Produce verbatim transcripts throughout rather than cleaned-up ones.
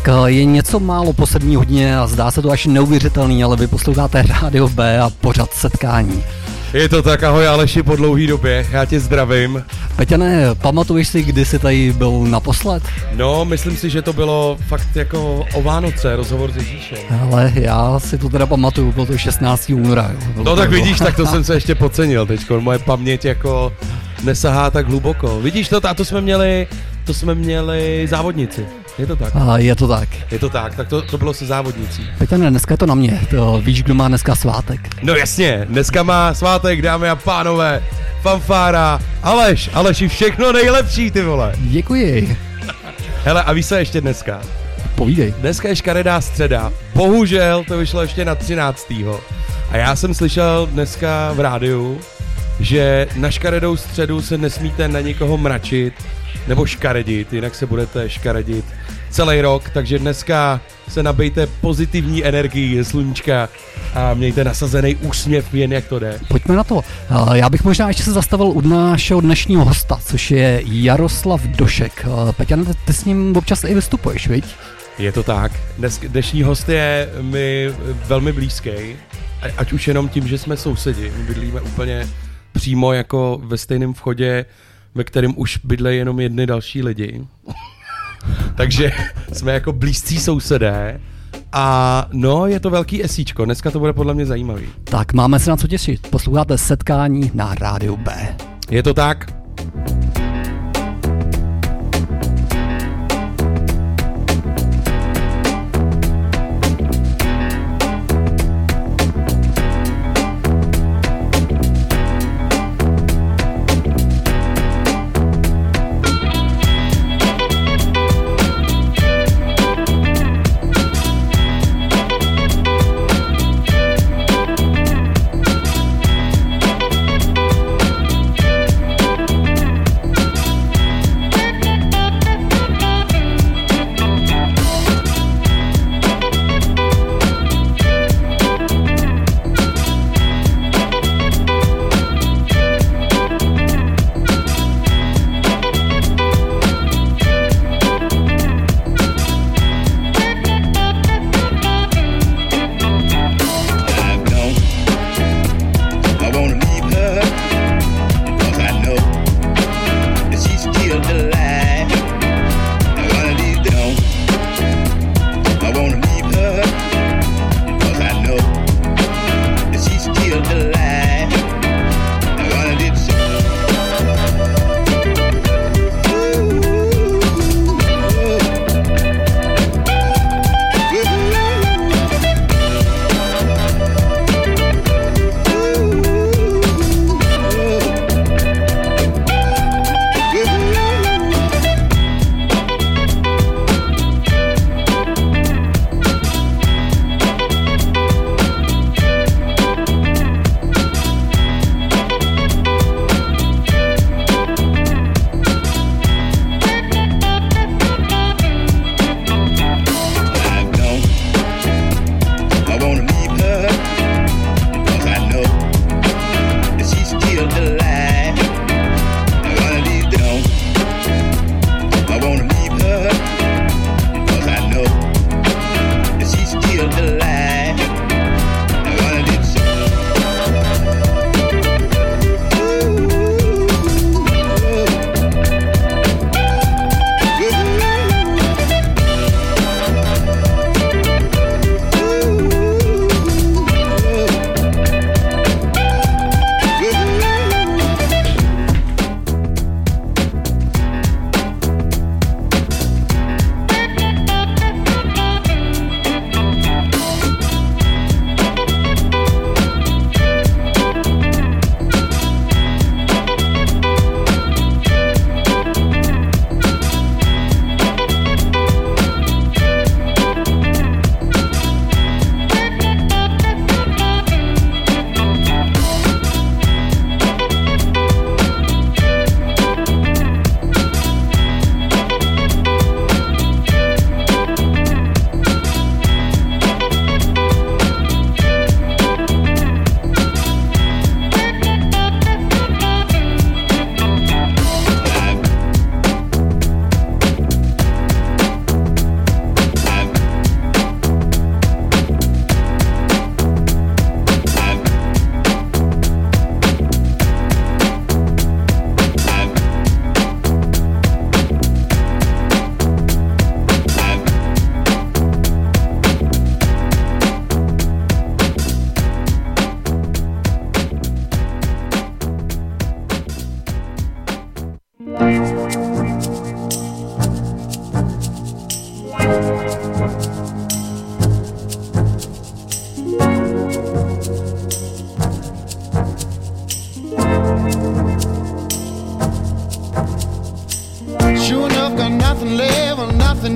je něco málo po sedmý hodině a zdá se to až neuvěřitelný, ale vy posloucháte Rádio B a pořad Setkání. Je to tak, ahoj Aleši, po dlouhý době, já tě zdravím. Peťane, pamatuješ si, kdy jsi tady byl naposled? No, myslím si, že to bylo fakt jako o Vánoce, rozhovor s Ježíšem. Ale já si to teda pamatuju, bylo to šestnáctého února. Jo. No tak vidíš, tak to jsem se ještě podcenil teďko, moje paměť jako nesahá tak hluboko. Vidíš to, a to jsme měli, to jsme měli závodnici. Je to tak? A je to tak. Je to tak, tak to, to bylo se závodnicí. Peťane, dneska je to na mě, to víš, kdo má dneska svátek? No jasně, dneska má svátek, dámy a pánové, fanfára, Aleš, Aleši, všechno nejlepší, ty vole. Děkuji. Hele, a víš co ještě dneska? Povídej. Dneska je škaredá středa, bohužel to vyšlo ještě na třináctého A já jsem slyšel dneska v rádiu, že na škaredou středu se nesmíte na nikoho mračit nebo škaredit, jinak se budete škaredit celý rok, takže dneska se nabijte pozitivní energii ze sluníčka a mějte nasazený úsměv, jen jak to jde. Pojďme na to. Já bych možná ještě se zastavil u našeho dnešního hosta, což je Jaroslav Došek. Peťan, ty s ním občas i vystupuješ, viď? Je to tak. Dnes, dnešní host je mi velmi blízký, ať už jenom tím, že jsme sousedi. My bydlíme úplně přímo jako ve stejném vchodě, ve kterém už bydlejí jenom jedny další lidi. Takže jsme jako blízcí sousedé a no, je to velký esíčko. Dneska to bude podle mě zajímavý. Tak máme se na co těšit. Posloucháte Setkání na Rádiu B. Je to tak?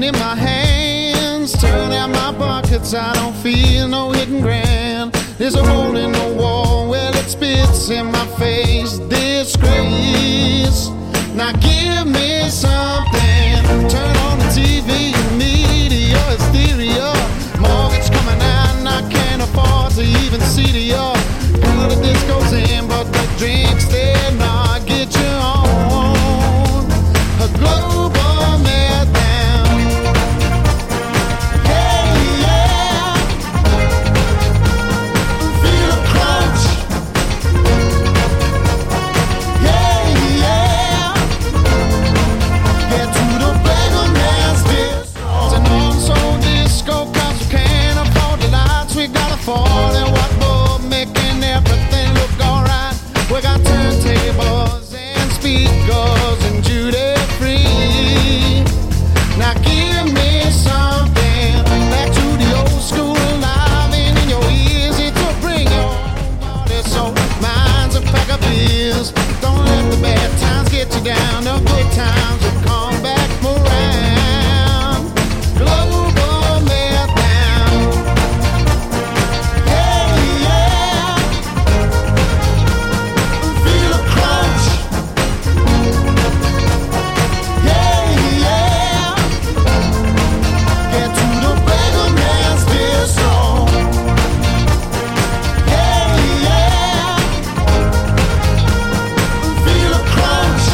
in my hands, turn out my buckets, I don't feel no hidden ground. There's a hole in the wall, well it spits in my face, disgrace. Now give me something, turn on the T V, media, hysteria. Mortgage coming out and I can't afford to even see the yard. Girl, the disco's in, but the drinks they're not. Get you on a global meltdown. Hey, yeah, feel a crunch. Hey, yeah, get to the beggar man's disco. It's an on-soul disco, cause we can't afford the lights. We gotta fall in what bulb making everything look alright. We got turntables and speakers and duty free. Now give me something back to the old school, alive and in your ears. It will bring your own body, so mine's a pack of beers. Don't let the bad times get you down. The good times will come back around. Global meltdown. Hey, yeah, feel a crunch. Hey, yeah, get to the beggar man's disco. Hey, yeah, feel a crunch.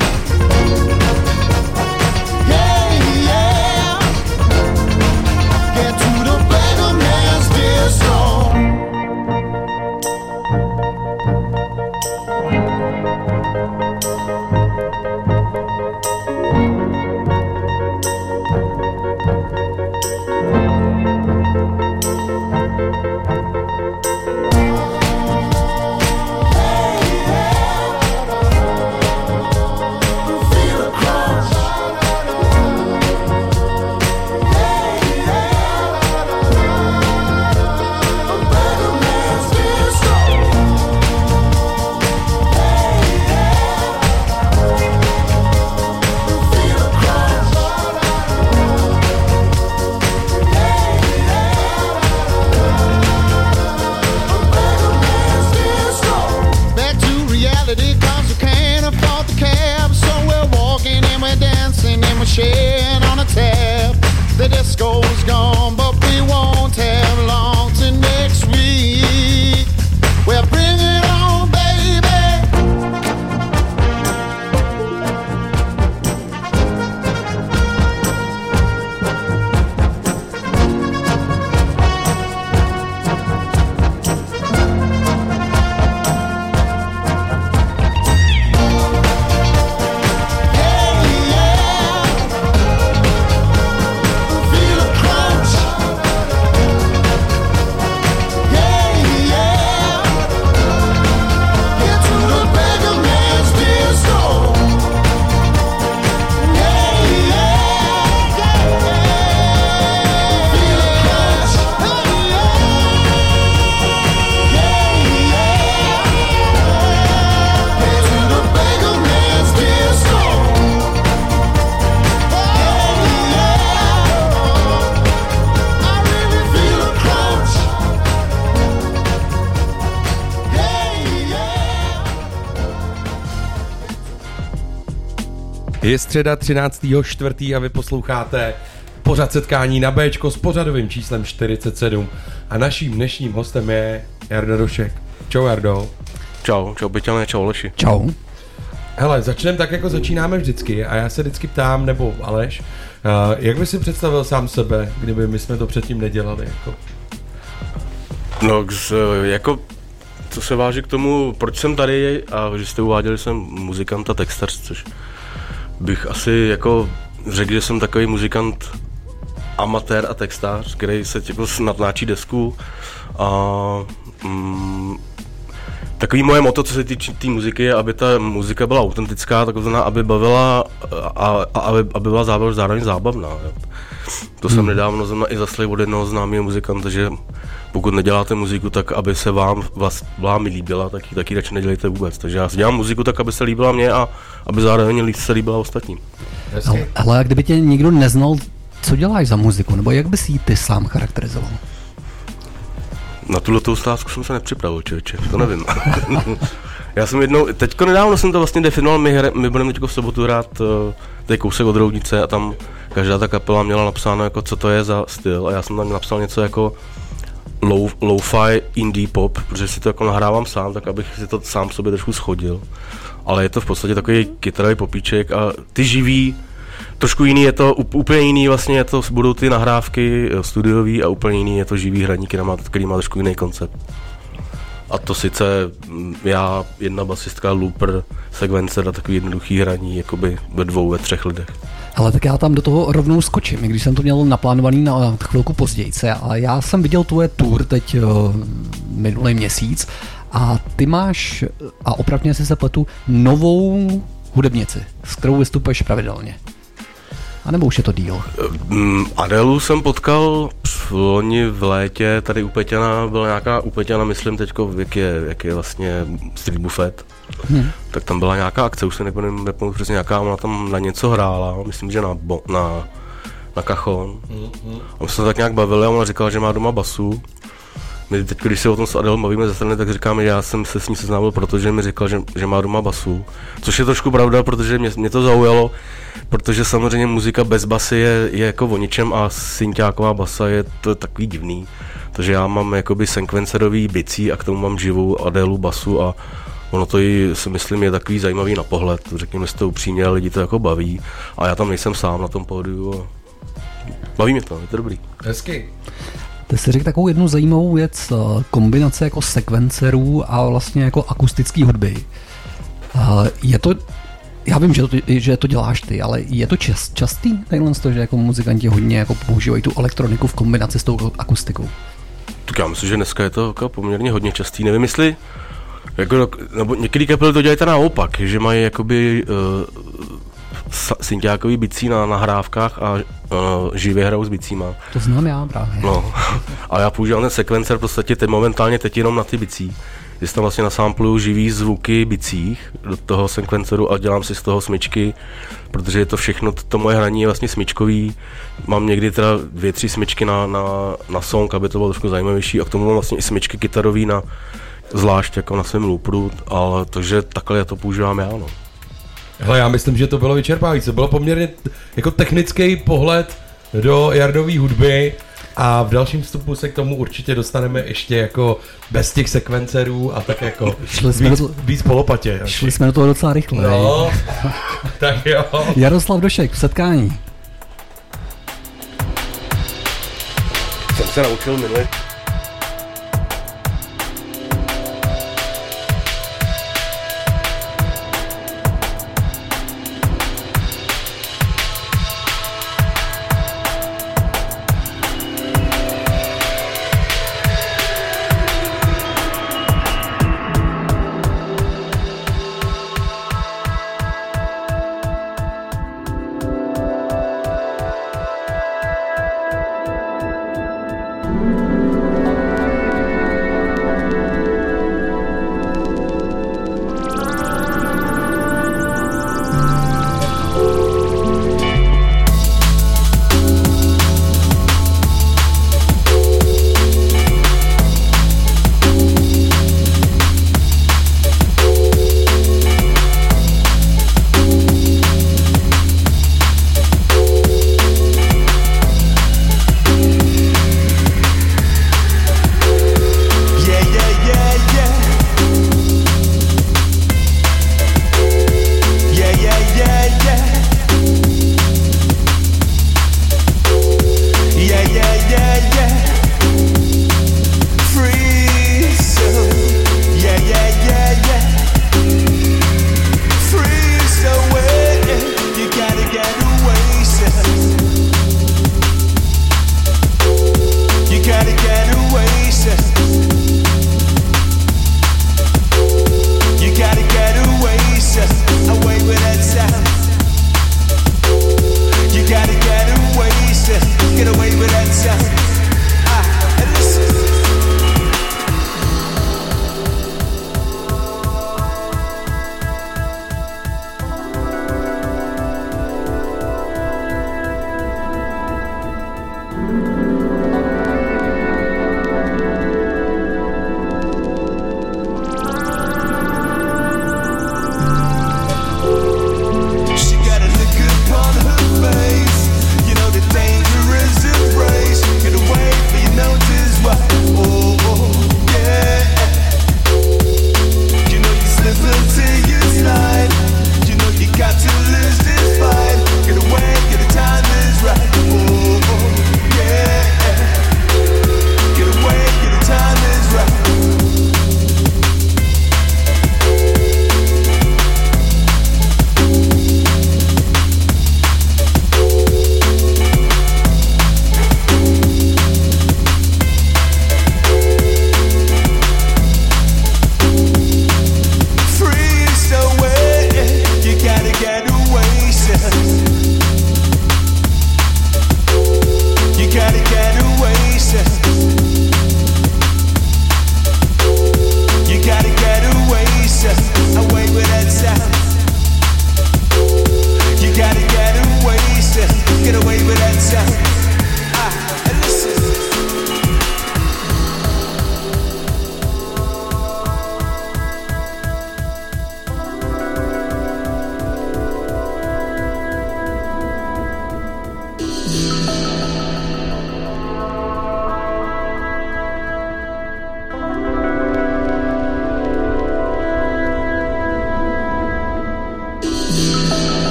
Hey, yeah, get to the beggar man's disco. Feel a crunch. Hey, yeah, a beggar man's disco. Hey, yeah, feel a crunch. Hey, yeah, back to reality, cause we can't afford the cab. So we're walking and we're dancing and we're sharing on a tab. The disco's gone, but we won't have long till next week. Well, bring it on, baby. Hey, yeah, feel a crunch. Hey, yeah, get to the beggar man's disco. Hey, yeah, feel a crunch. Hey, yeah, get to the beggar man's disco. Hey, yeah, I really feel a crunch. Hey, yeah. Je středa třináctého čtvrtého a vy posloucháte pořad setkání na Béčko s pořadovým číslem čtyřicet sedm a naším dnešním hostem je Jarda Došek. Čau Jardo. Čau, čau Peťané, čau Leši. Čau. Hele, začneme tak, jako začínáme vždycky a já se vždycky ptám, nebo Aleš, uh, jak by si představil sám sebe, kdyby my jsme to předtím nedělali? Jako? No, z, jako, co se váží k tomu, proč jsem tady a že jste uváděli, jsem muzikant a textař, což bych asi jako řekl, že jsem takový muzikant amatér a textář, který se jako natláčí desku a mm, takový moje motto, co se týče té tý muziky, je, aby ta muzika byla autentická, taková, aby bavila a, a aby, aby byla zároveň, zároveň zábavná. Jo. To jsem hmm. nedávno znamená i zaslej od jednoho známého muzikanta, že pokud neděláte muziku tak, aby se vám vlast, vám líbila, tak ji taky radši nedělejte vůbec. Takže já si dělám muziku tak, aby se líbila mně a aby zároveň se líbila ostatním. Ale, ale kdyby tě nikdo neznal co děláš za muziku, nebo jak bys ji ty sám charakterizoval? Na tuto otázku jsem se nepřipravil, člověče, to nevím. Já jsem jednou, teďko nedávno jsem to vlastně definoval, my, hra, my budeme teďko v sobotu hrát uh, tady kousek od Roudnice a tam každá ta kapela měla napsáno, jako, co to je za styl a já jsem tam napsal něco jako low, lo-fi indie pop, protože si to jako nahrávám sám, tak abych si to sám sobě trošku schodil. Ale je to v podstatě takový kytarový popíček a ty živý, trošku jiný je to, úplně jiný vlastně je to, budou ty nahrávky studiový a úplně jiný je to živý hraní, který má, který má trošku jiný koncept. A to sice já, jedna basistka, looper, sekvencer a takový jednoduchý hraní, jakoby ve dvou, ve třech lidech. Ale tak já tam do toho rovnou skočím, i když jsem to měl naplánovaný na chvilku pozdějce. A já jsem viděl tvoje tour teď uh, minulý měsíc a ty máš, a opravdu si se pletu, novou hudebnici, s kterou vystupuješ pravidelně. A nebo už je to díl? Um, Adelu jsem potkal v loni v létě, tady u Peťana, byla nějaká, u Peťana myslím teďko, jak je, jak je vlastně Street Buffet. Hmm. Tak tam byla nějaká akce, už se nepamatuji přesně nějaká, ona tam na něco hrála, myslím, že na, bo, na, na kajon. Hmm. A my jsme se tak nějak bavili a ona říkala, že má doma basu. My teď, když se o tom s Adel bavíme ze strany, tak říkáme, že já jsem se s ní seznámil, protože mi říkal, že, že má doma basu. Což je trošku pravda, protože mě, mě to zaujalo, protože samozřejmě muzika bez basy je, je jako o ničem a synťáková basa je to takový divný. Takže já mám jakoby sekvencerový bicí a k tomu mám živou Adelu basu a ono to i, si myslím, je takový zajímavý na pohled, řekněme si to upřímně, lidi to jako baví a já tam nejsem sám na tom pódiu a baví mě to, je to dobrý. Hezky. Ty jsi řekl takovou jednu zajímavou věc, kombinace jako sekvencerů a vlastně jako akustický hudby. Je to, já vím, že to, že to děláš ty, ale je to čas, častý takhle to, že jako muzikanti hodně jako používají tu elektroniku v kombinaci s tou akustikou? Tak já myslím, že dneska je to jako poměrně hodně častý, nevím jestli jako, nebo některé kapely to dělají teda naopak, že mají jakoby uh, synťákový bicí na nahrávkách a uh, živě hrajou s bicíma. To znám já právě. No, a já používám ten sekvencer v podstatě teď momentálně teď jenom na ty bicí. Když tam vlastně nasampluju živý zvuky bicích do toho sekvenceru a dělám si z toho smyčky, protože je to všechno, to moje hraní je vlastně smyčkový. Mám někdy teda dvě, tři smyčky na, na, na song, aby to bylo trošku zajímavější a k tomu mám vlastně i smyčky kytarový na zvlášť jako na svém looperu, ale takže takhle já to používám já, no. Hele, já myslím, že to bylo vyčerpávající. To bylo poměrně t- jako technický pohled do Jardové hudby a v dalším vstupu se k tomu určitě dostaneme ještě jako bez těch sekvencerů a tak jako víc, to, víc po lopatě. Šli jsme do toho docela rychle. No, tak jo. Jaroslav Došek v setkání. Jsem se naučil minule.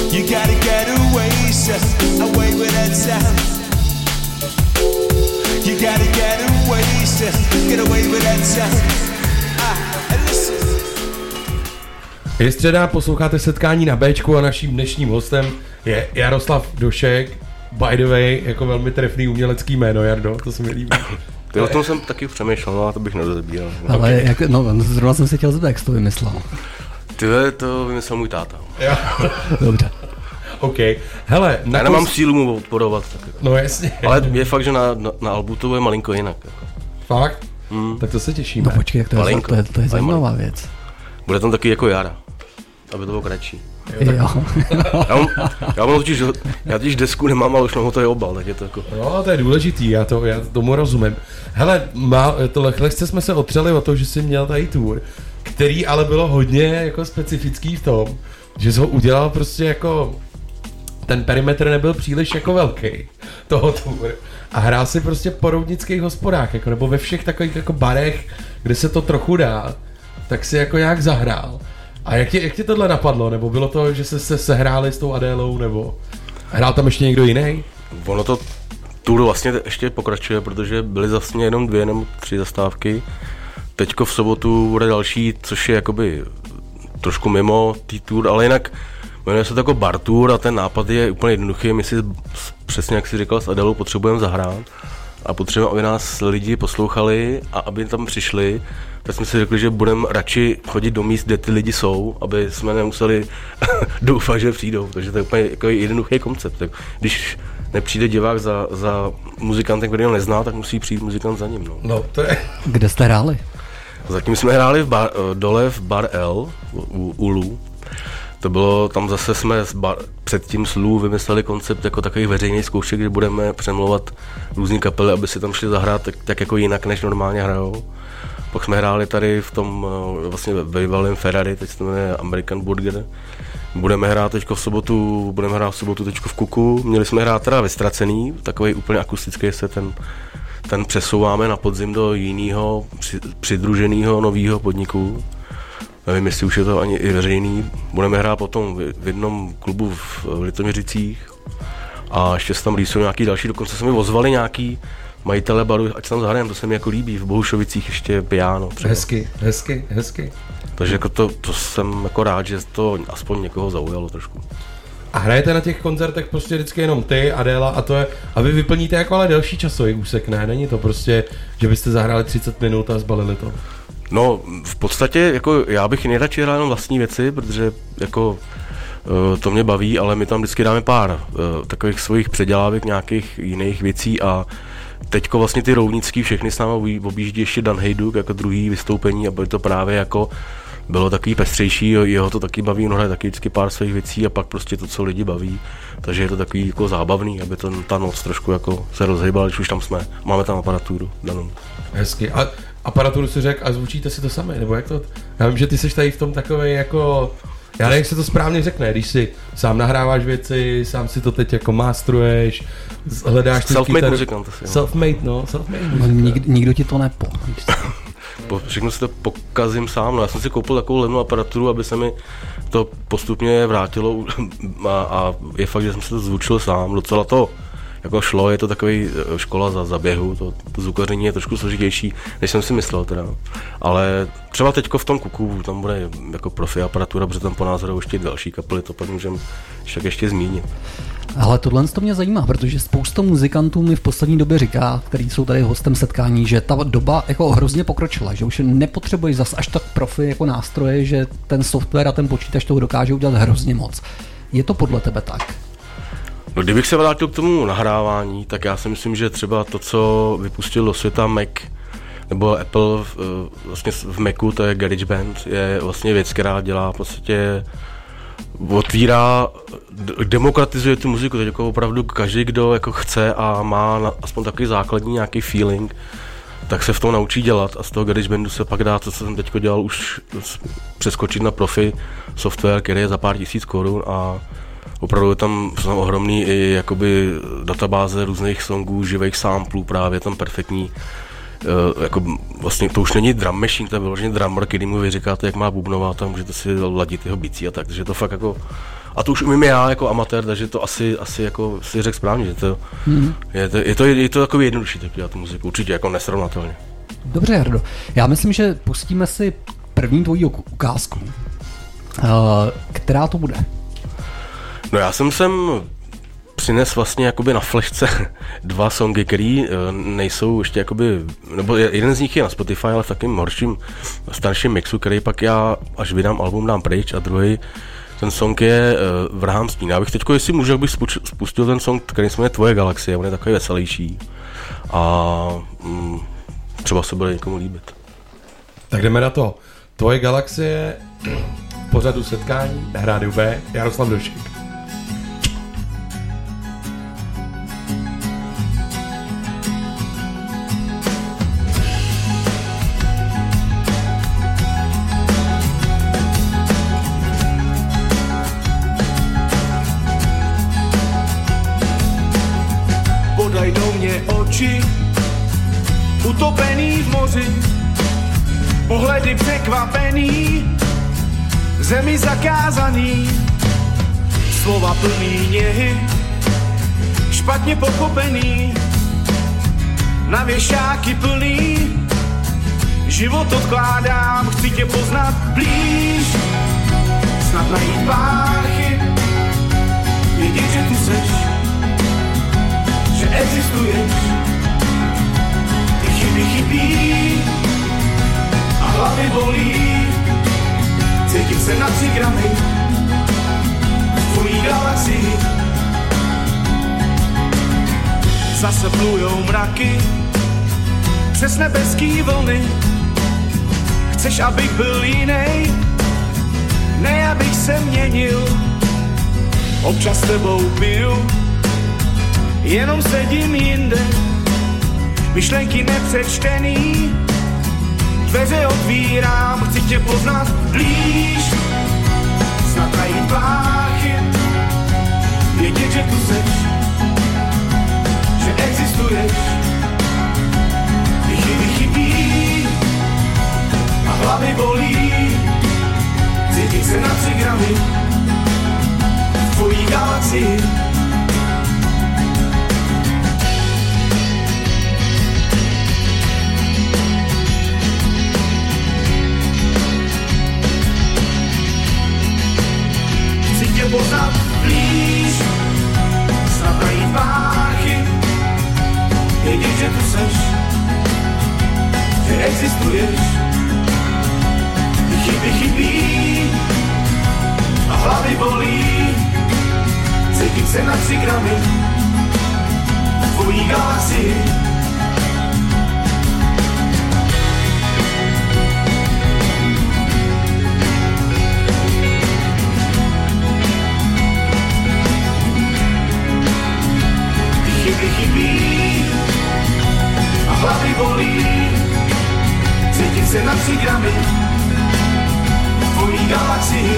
You gotta get away, so away with that sound. You gotta get away, so get away with that sound. Ah, and listen. Je středa, posloucháte Setkání na Béčku a naším dnešním hostem je Jaroslav Došek. By the way, jako velmi trefný umělecký jméno, Jardo, to se mi líbí. Ty o tom jsem taky přemýšlel, no a to bych nerozebíral. Ale okay. jak, no, zrovna jsem si chtěl zeptat, jak jsi to vymyslel. Tyhle, to vymyslel můj táta. Dobře. OK. Hele, na Já nemám kos... sílu mu odporovat. Tak jako. No jasně. Ale je fakt, že na, na, na albu to bude malinko jinak. Jako. Fakt? Hmm. Tak to se těšíme. No počkej, jak to, je, to, je, to je zajímavá věc. Bude tam taky jako Jara, aby to bylo kratší. Jo. já, mám, já mám totiž, já totiž desku nemám, ale už mám hotový obal, tak je to jako... No, to je důležitý, já, to, já tomu rozumím. Hele, má, tohle lehce jsme se otřeli o to, že jsi měl tady tour, který ale bylo hodně jako specifický v tom, že jsi ho udělal prostě jako... Ten perimetr nebyl příliš jako velký, toho tour. A hrál si prostě po roudnických hospodách, jako, nebo ve všech takových jako barech, kde se to trochu dá, tak si jako nějak zahrál. A jak tě, jak tě tohle napadlo? Nebo bylo to, že se, se sehráli s tou Adélou, nebo hrál tam ještě někdo jiný? Ono to tour vlastně ještě pokračuje, protože byly vlastně jenom dvě nebo tři zastávky. Teďko v sobotu bude další, což je jakoby trošku mimo tý tour, ale jinak jmenuje se to jako bar tour a ten nápad je úplně jednoduchý. My si přesně, jak jsi říkal, s Adélou potřebujeme zahrát a potřebujeme, aby nás lidi poslouchali a aby tam přišli. Tak jsme si řekli, že budeme radši chodit do míst, kde ty lidi jsou, aby jsme nemuseli doufat, že přijdou. Takže to je úplně jako jednoduchý koncept. Tak když nepřijde divák za, za muzikantem, který ho nezná, tak musí přijít muzikant za ním. No. No, to je... Kde jste hráli? Zatím jsme hráli v bar, dole v Bar L u, u Lu. To bylo, tam zase jsme s bar, předtím s Lu vymysleli koncept jako takových veřejných zkoušek, že budeme přemlouvat různý kapely, aby si tam šli zahrát tak, tak jako jinak, než normálně hrajou. Pak jsme hráli tady v tom vlastně bývalém Ferrari, teď se to jmenuje American Burger. Budeme hrát teďko v sobotu, budeme hrát v sobotu teďko v Kuku. Měli jsme hrát teda Vystracený, takový úplně akustický se ten, ten přesouváme na podzim do jiného při, přidruženého nového podniku. Nevím, jestli už je to ani i veřejný. Budeme hrát potom v, v jednom klubu v, v Litoměřicích a ještě se tam rýsují nějaký další, dokonce se mi ozvali nějaký majitele baru, ať tam zahrajeme, to se mi jako líbí, v Bohušovicích ještě piano. Třeba. Hezky, hezky, hezky. Takže jako to, to jsem jako rád, že to aspoň někoho zaujalo trošku. A hrajete na těch koncertech prostě vždycky jenom ty, Adéla a to je, a vy vyplníte jako ale delší časový úsek, ne? Není to prostě, že byste zahráli třicet minut a zbalili to? No, v podstatě jako já bych nejradši hrál jenom vlastní věci, protože jako uh, to mě baví, ale my tam vždycky dáme pár uh, takových svých předělávek, nějakých jiných věcí a teďko vlastně ty roudnický všechny s námi objíždí ještě Dan Hejduk jako druhý vystoupení a bylo to právě jako bylo takový pestřejší, jeho to taky baví, on hraje taky vždycky pár svých věcí a pak prostě to, co lidi baví, takže je to takový jako zábavný, aby to, ta noc trošku jako se rozhýbala, když už tam jsme, máme tam aparaturu danou. Hezky. A aparaturu si řekl a zvučíte si to sami, nebo jak to? Já vím, že ty seš tady v tom takovej jako, já nevím, jak se to správně řekne, když si sám nahráváš věci, sám si to teď jako masteruješ, hledáš ty self-made kytar... muzikant asi. Self-made, no, self-made muzikant. No, nik, nikdo ti to nepo. Po, všechno si to pokazím sám, no já jsem si koupil takovou levnou aparaturu, aby se mi to postupně vrátilo a, a je fakt, že jsem si to zvučil sám, docela to jako šlo, je to takový škola za zaběhu, to, to zvukaření je trošku složitější, než jsem si myslel teda, ale třeba teďko v tom Kuku, tam bude jako profi aparatura, protože tam po nás hrajou ještě další kapely, to pak můžeme však ještě zmínit. Ale tohle to mě zajímá, protože spousta muzikantů mi v poslední době říká, kteří jsou tady hostem setkání, že ta doba jako hrozně pokročila, že už nepotřebuješ zas až tak profi jako nástroje, že ten software a ten počítač toho dokáže udělat hrozně moc. Je to podle tebe tak? No, kdybych se vrátil k tomu nahrávání, tak já si myslím, že třeba to, co vypustil do světa Mac nebo Apple vlastně v Macu, to je GarageBand, je vlastně věc, která dělá v podstatě otvírá, demokratizuje tu muziku, teď jako opravdu každý, kdo jako chce a má na, aspoň takový základní nějaký feeling, tak se v tom naučí dělat a z toho GarageBandu se pak dá, co jsem teď dělal, už přeskočit na profi software, který je za pár tisíc korun a opravdu je tam, tam ohromný i jakoby databáze různých songů, živých samplů, právě tam perfektní. Uh, jako vlastně to už není drum machine, to je vyloženě drummer, který mu vy říkáte, jak má bubnovat a můžete si ladit jeho bicí a tak, takže to fakt jako A to už umím já jako amatér, takže to asi, asi jako si řekl správně, že to, mm. je, to, je, to, je to takový jednodušší tak dělat tu muziku, určitě jako nesrovnatelně. Dobře, Jardo. Já myslím, že pustíme si první tvojí ukázku. Uh, která to bude? No já jsem sem přines vlastně jakoby na flešce dva songy, který nejsou ještě jakoby, nebo jeden z nich je na Spotify, ale v takovým horším, starším mixu, který pak já, až vydám album, dám pryč, a druhý, ten song je Vrhám stín. Já bych teďko, jestli můžu, bych spustil ten song, který se jmenuje Tvoje galaxie, on je takový veselější a mm, třeba se bude někomu líbit. Tak jdeme na to. Tvoje galaxie, pořadu setkání na Rádiu B, Jaroslav Došek. Podaj do mě oči, utopený v moři, pohledy překvapený, zemi zakázaný, slova plný něhy, špatně pochopený, na věšáky plný, život odkládám, chci tě poznat blíž, snad najít pár chyb, vědět, že tu seš, že existuješ, ty chyby chybí a hlavy bolí, cítím se na tři gramy v tvojí galaxii. Zase plujou mraky přes nebeský vlny, chceš, abych byl jinej, ne abych se měnil, občas s tebou piju, jenom sedím jinde, myšlenky nepřečtený, dveře otvírám, chci tě poznat blíž, snad najít pár chyb, vědět, že tu seš, že existuješ, ty chyby chybí a hlavy bolí, cítím se na tři gramy v tvojí galaxii. Poznat blíž, snad najít pár chyb, vědět, že tu seš, že existuješ, ty chyby chybí a hlavy bolí, cítím se na tři gramy v tvojí galaxii. Chybí a hlavy bolí, cítím se na tři gramy v tvojí galaxii.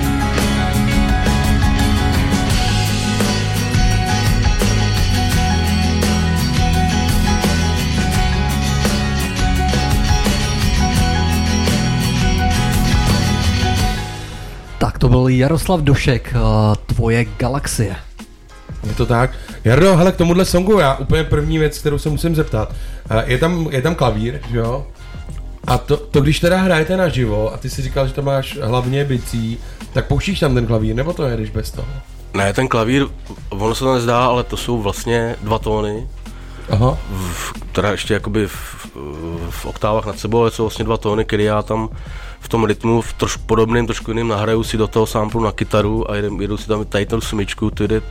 Tak to byl Jaroslav Došek, Tvoje galaxie. Je to tak. Jardo, hele, k tomuhle songu já úplně první věc, kterou se musím zeptat. Je tam, je tam klavír, že jo? A to, to když teda hrajete naživo a ty si říkal, že tam máš hlavně bicí, tak pouštíš tam ten klavír, nebo to jedeš bez toho? Ne, ten klavír, ono se to nezdá, ale to jsou vlastně dva tóny. Aha. V, teda ještě jakoby v, v oktávách nad sebou, ale jsou vlastně dva tóny, které já tam v tom rytmu v trošku podobným, trošku jiným nahraju si do toho samplu na kytaru a jedu, jedu si tam tady tu smyčku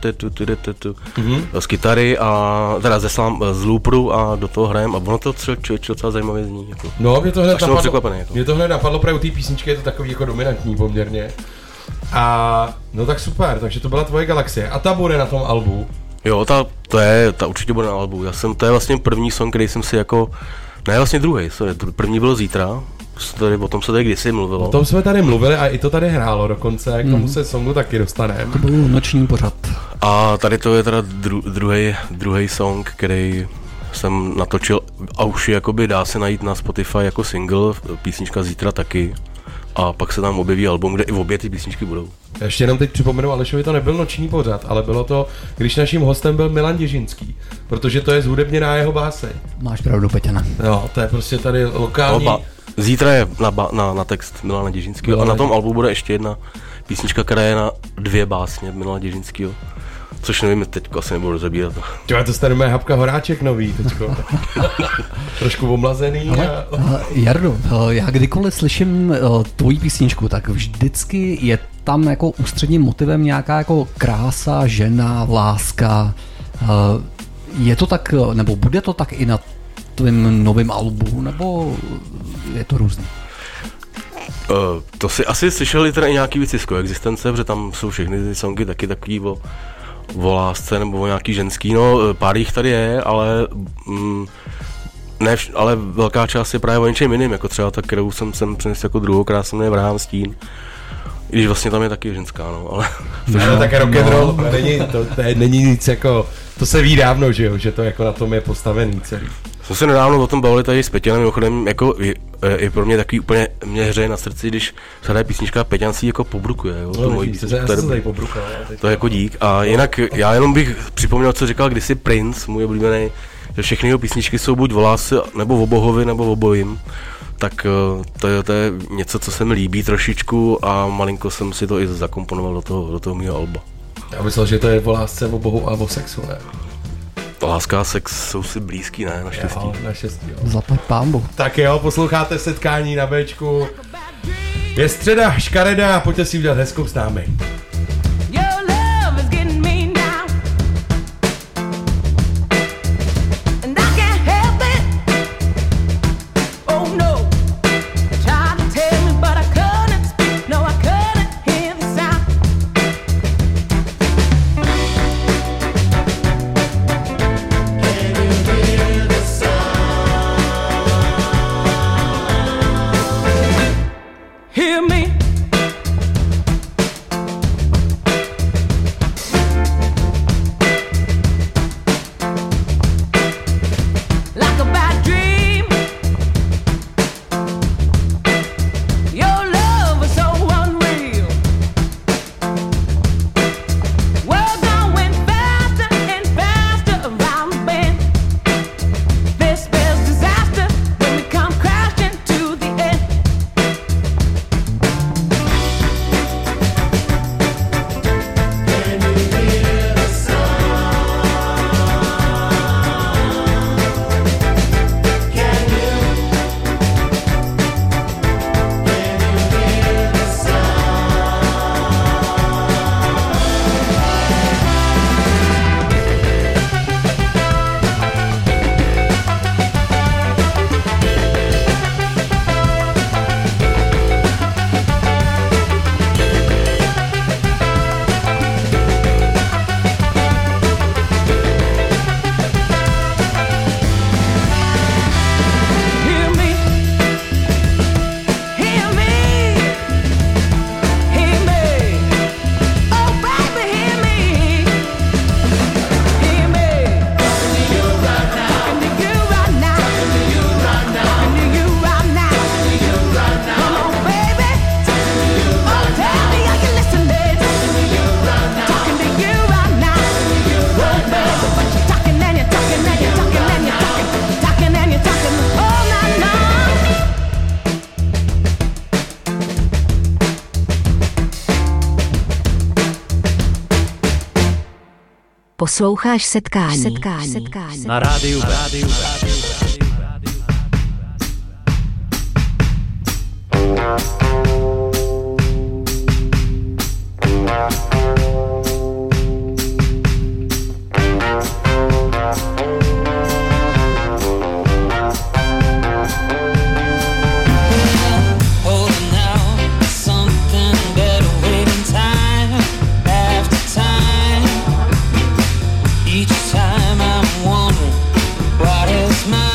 z kytary a teda ze sám, z looperu a do toho hrajem a ono to člověk docela zajímavě zní. Jako. No, mě to hned napadlo, jako. Mě to hned napadlo právě u té písničky, je to takový jako dominantní poměrně. A no tak super, takže to byla Tvoje galaxie a ta bude na tom albu. Jo, ta, to je, ta určitě bude na albu. Já jsem, to je vlastně první song, který jsem si jako, ne vlastně druhý, sorry, první bylo Zítra, tady, o tom se tady kdysi mluvilo. O tom jsme tady mluvili a i to tady hrálo dokonce, k tomu se songu taky dostaneme. To byl noční pořad. A tady to je teda dru, druhý, druhý song, který jsem natočil a už jakoby dá se najít na Spotify jako single, písnička Zítra taky. a pak se tam objeví album, kde i obě ty písničky budou. Ještě jenom teď připomenu, Alešovi to nebyl noční pořad, ale bylo to, když naším hostem byl Milan Děžinský, protože to je zhudebněná jeho báseň. Máš pravdu, Peťana. Jo, to je prostě tady lokální... Oba. Zítra je na, ba- na, na text Milana Děžinského a na tom albu bude ještě jedna písnička, která je na dvě básně Milana Děžinského. Což nevím, teď asi nebudu rozebírat. Těma to stane moje Habka Horáček nový teďko. Trošku omlazený. Ale, a... Jardo, já kdykoliv slyším tvoji písničku, tak vždycky je tam jako ústředním motivem nějaká jako krása, žena, láska. Je to tak, nebo bude to tak i na tvým novém albu, nebo je to různý? Uh, to si asi slyšeli teda i nějaký věci z Koexistence, protože tam jsou všechny ty songy taky takový o, o lásce nebo o nějaký ženský, no pár jich tady je, ale mm, ne, vš- ale velká část je právě o něčem jiným, jako třeba ta, kterou jsem sem přinesl jako druhou, která se jmenuje Vrahám stín. I když vlastně tam je taky ženská, no, ale... No, no tak rock and roll, to není, to, to je, není nic jako, to se ví dávno, že jo, že to jako na tom je postavený celý. Jsme se nedávno o tom bavili tady s Peťanem, mimochodem, jako je, je pro mě takový úplně, mě hřeje na srdci, když se hraje písnička Peťan si jako pobrukuje, jo, No, tu mojí vidíš, písničku, já jsem se tady pobrukal. to je jako dík. A jinak já jenom bych připomněl, co říkal kdysi Prince, můj oblíbený, že všechny jeho písničky jsou buď o lásce, nebo o bohovi, nebo o obojím. Tak to je, to je něco, co se mi líbí trošičku a malinko jsem si to i zakomponoval do toho, do toho mýho alba. Já myslel, že to je o lásce, o bohu a o sexu, ne? Láska a sex jsou si blízký, ne? Naštěstí. Jo, naštěstí, jo. Zaplať pánbu. Tak jo, posloucháte Setkání na Bčku. Je středa, škaredá, pojďte si udělat hezkou s námi. Hear me. Posloucháš setkání. setkání. setkání. Na rádiu, na rádiu, na rádiu. Each time I'm wondering what is mine.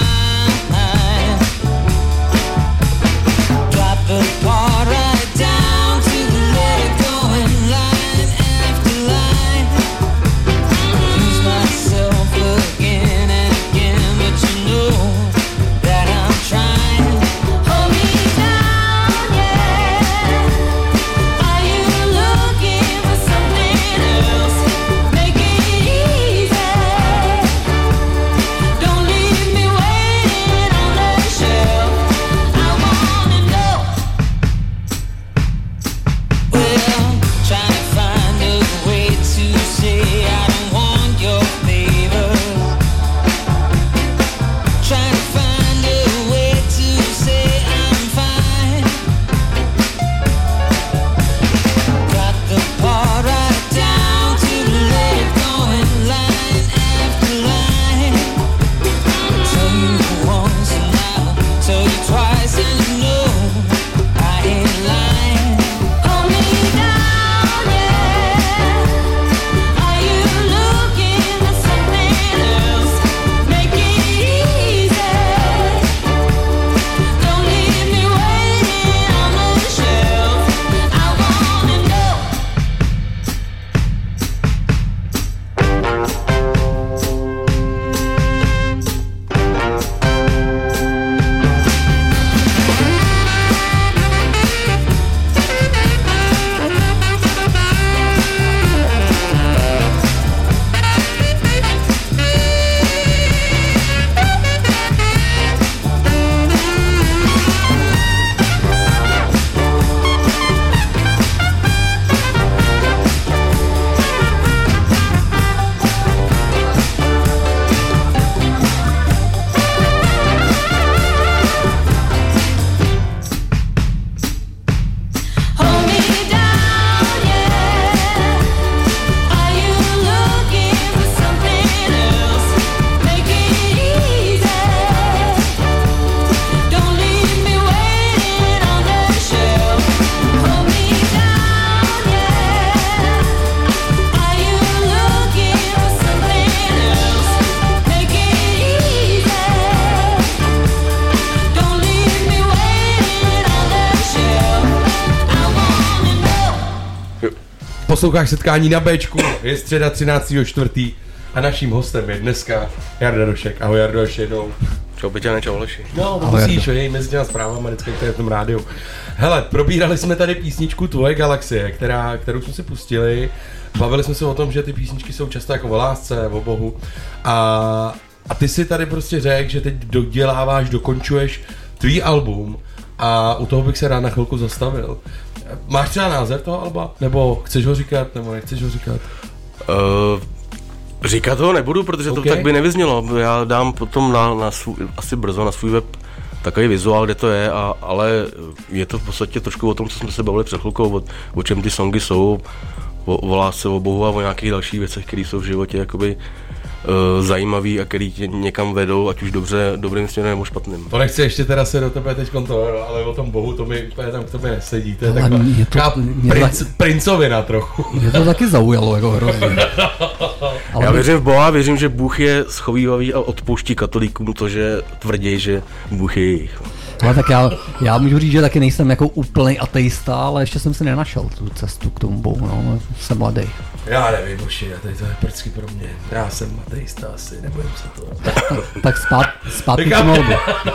Posloucháš Setkání na Béčku, je středa třináctého čtvrtého a naším hostem je dneska Jarda Došek. Ahoj Jardo, ještě jednou. Čau Peťane, čau Aleši. No, to musíš, jej, mezi těma zprávama, vždycky v tom rádiu. Hele, probírali jsme tady písničku Tvoje galaxie, která, kterou jsme si pustili. Bavili jsme se o tom, že ty písničky jsou často jako o lásce, o Bohu. A, a ty si tady prostě řekl, že teď doděláváš, dokončuješ tvý album a u toho bych se rád na chvilku zastavil. Máš třeba název toho alba? Nebo chceš ho říkat, nebo nechceš ho říkat? Uh, říkat ho nebudu, protože okay. to tak by nevyznělo. Já dám potom na, na svůj, asi brzo na svůj web takový vizuál, kde to je, a, ale je to v podstatě trošku o tom, co jsme se bavili před chvilkou, o, o čem ty songy jsou, o, o lásce, o Bohu a o nějakých dalších věcech, které jsou v životě jakoby uh, zajímavý a který tě někam vedou, ať už dobře, dobrým směrem nebo špatným. To nechci ještě teda se do tebe teď to, ale o tom Bohu to mi úplně tam k tobě nesedí. To je taková princ, princovina trochu. Mě to taky zaujalo jako hrozně. Ale já věřím v Boha, věřím, že Bůh je schovívavý a odpouští katolíkům to, že tvrdí, že Bůh je jejich. Ale tak já, já můžu říct, že taky nejsem jako úplný ateista, ale ještě jsem si nenašel tu cestu k tomu Bohu, no, jsem mladý. Já nevím, boši, tady to je prcky pro mě. Já jsem ateista asi, nebojím se toho. Tak spát, zpátky k molbu.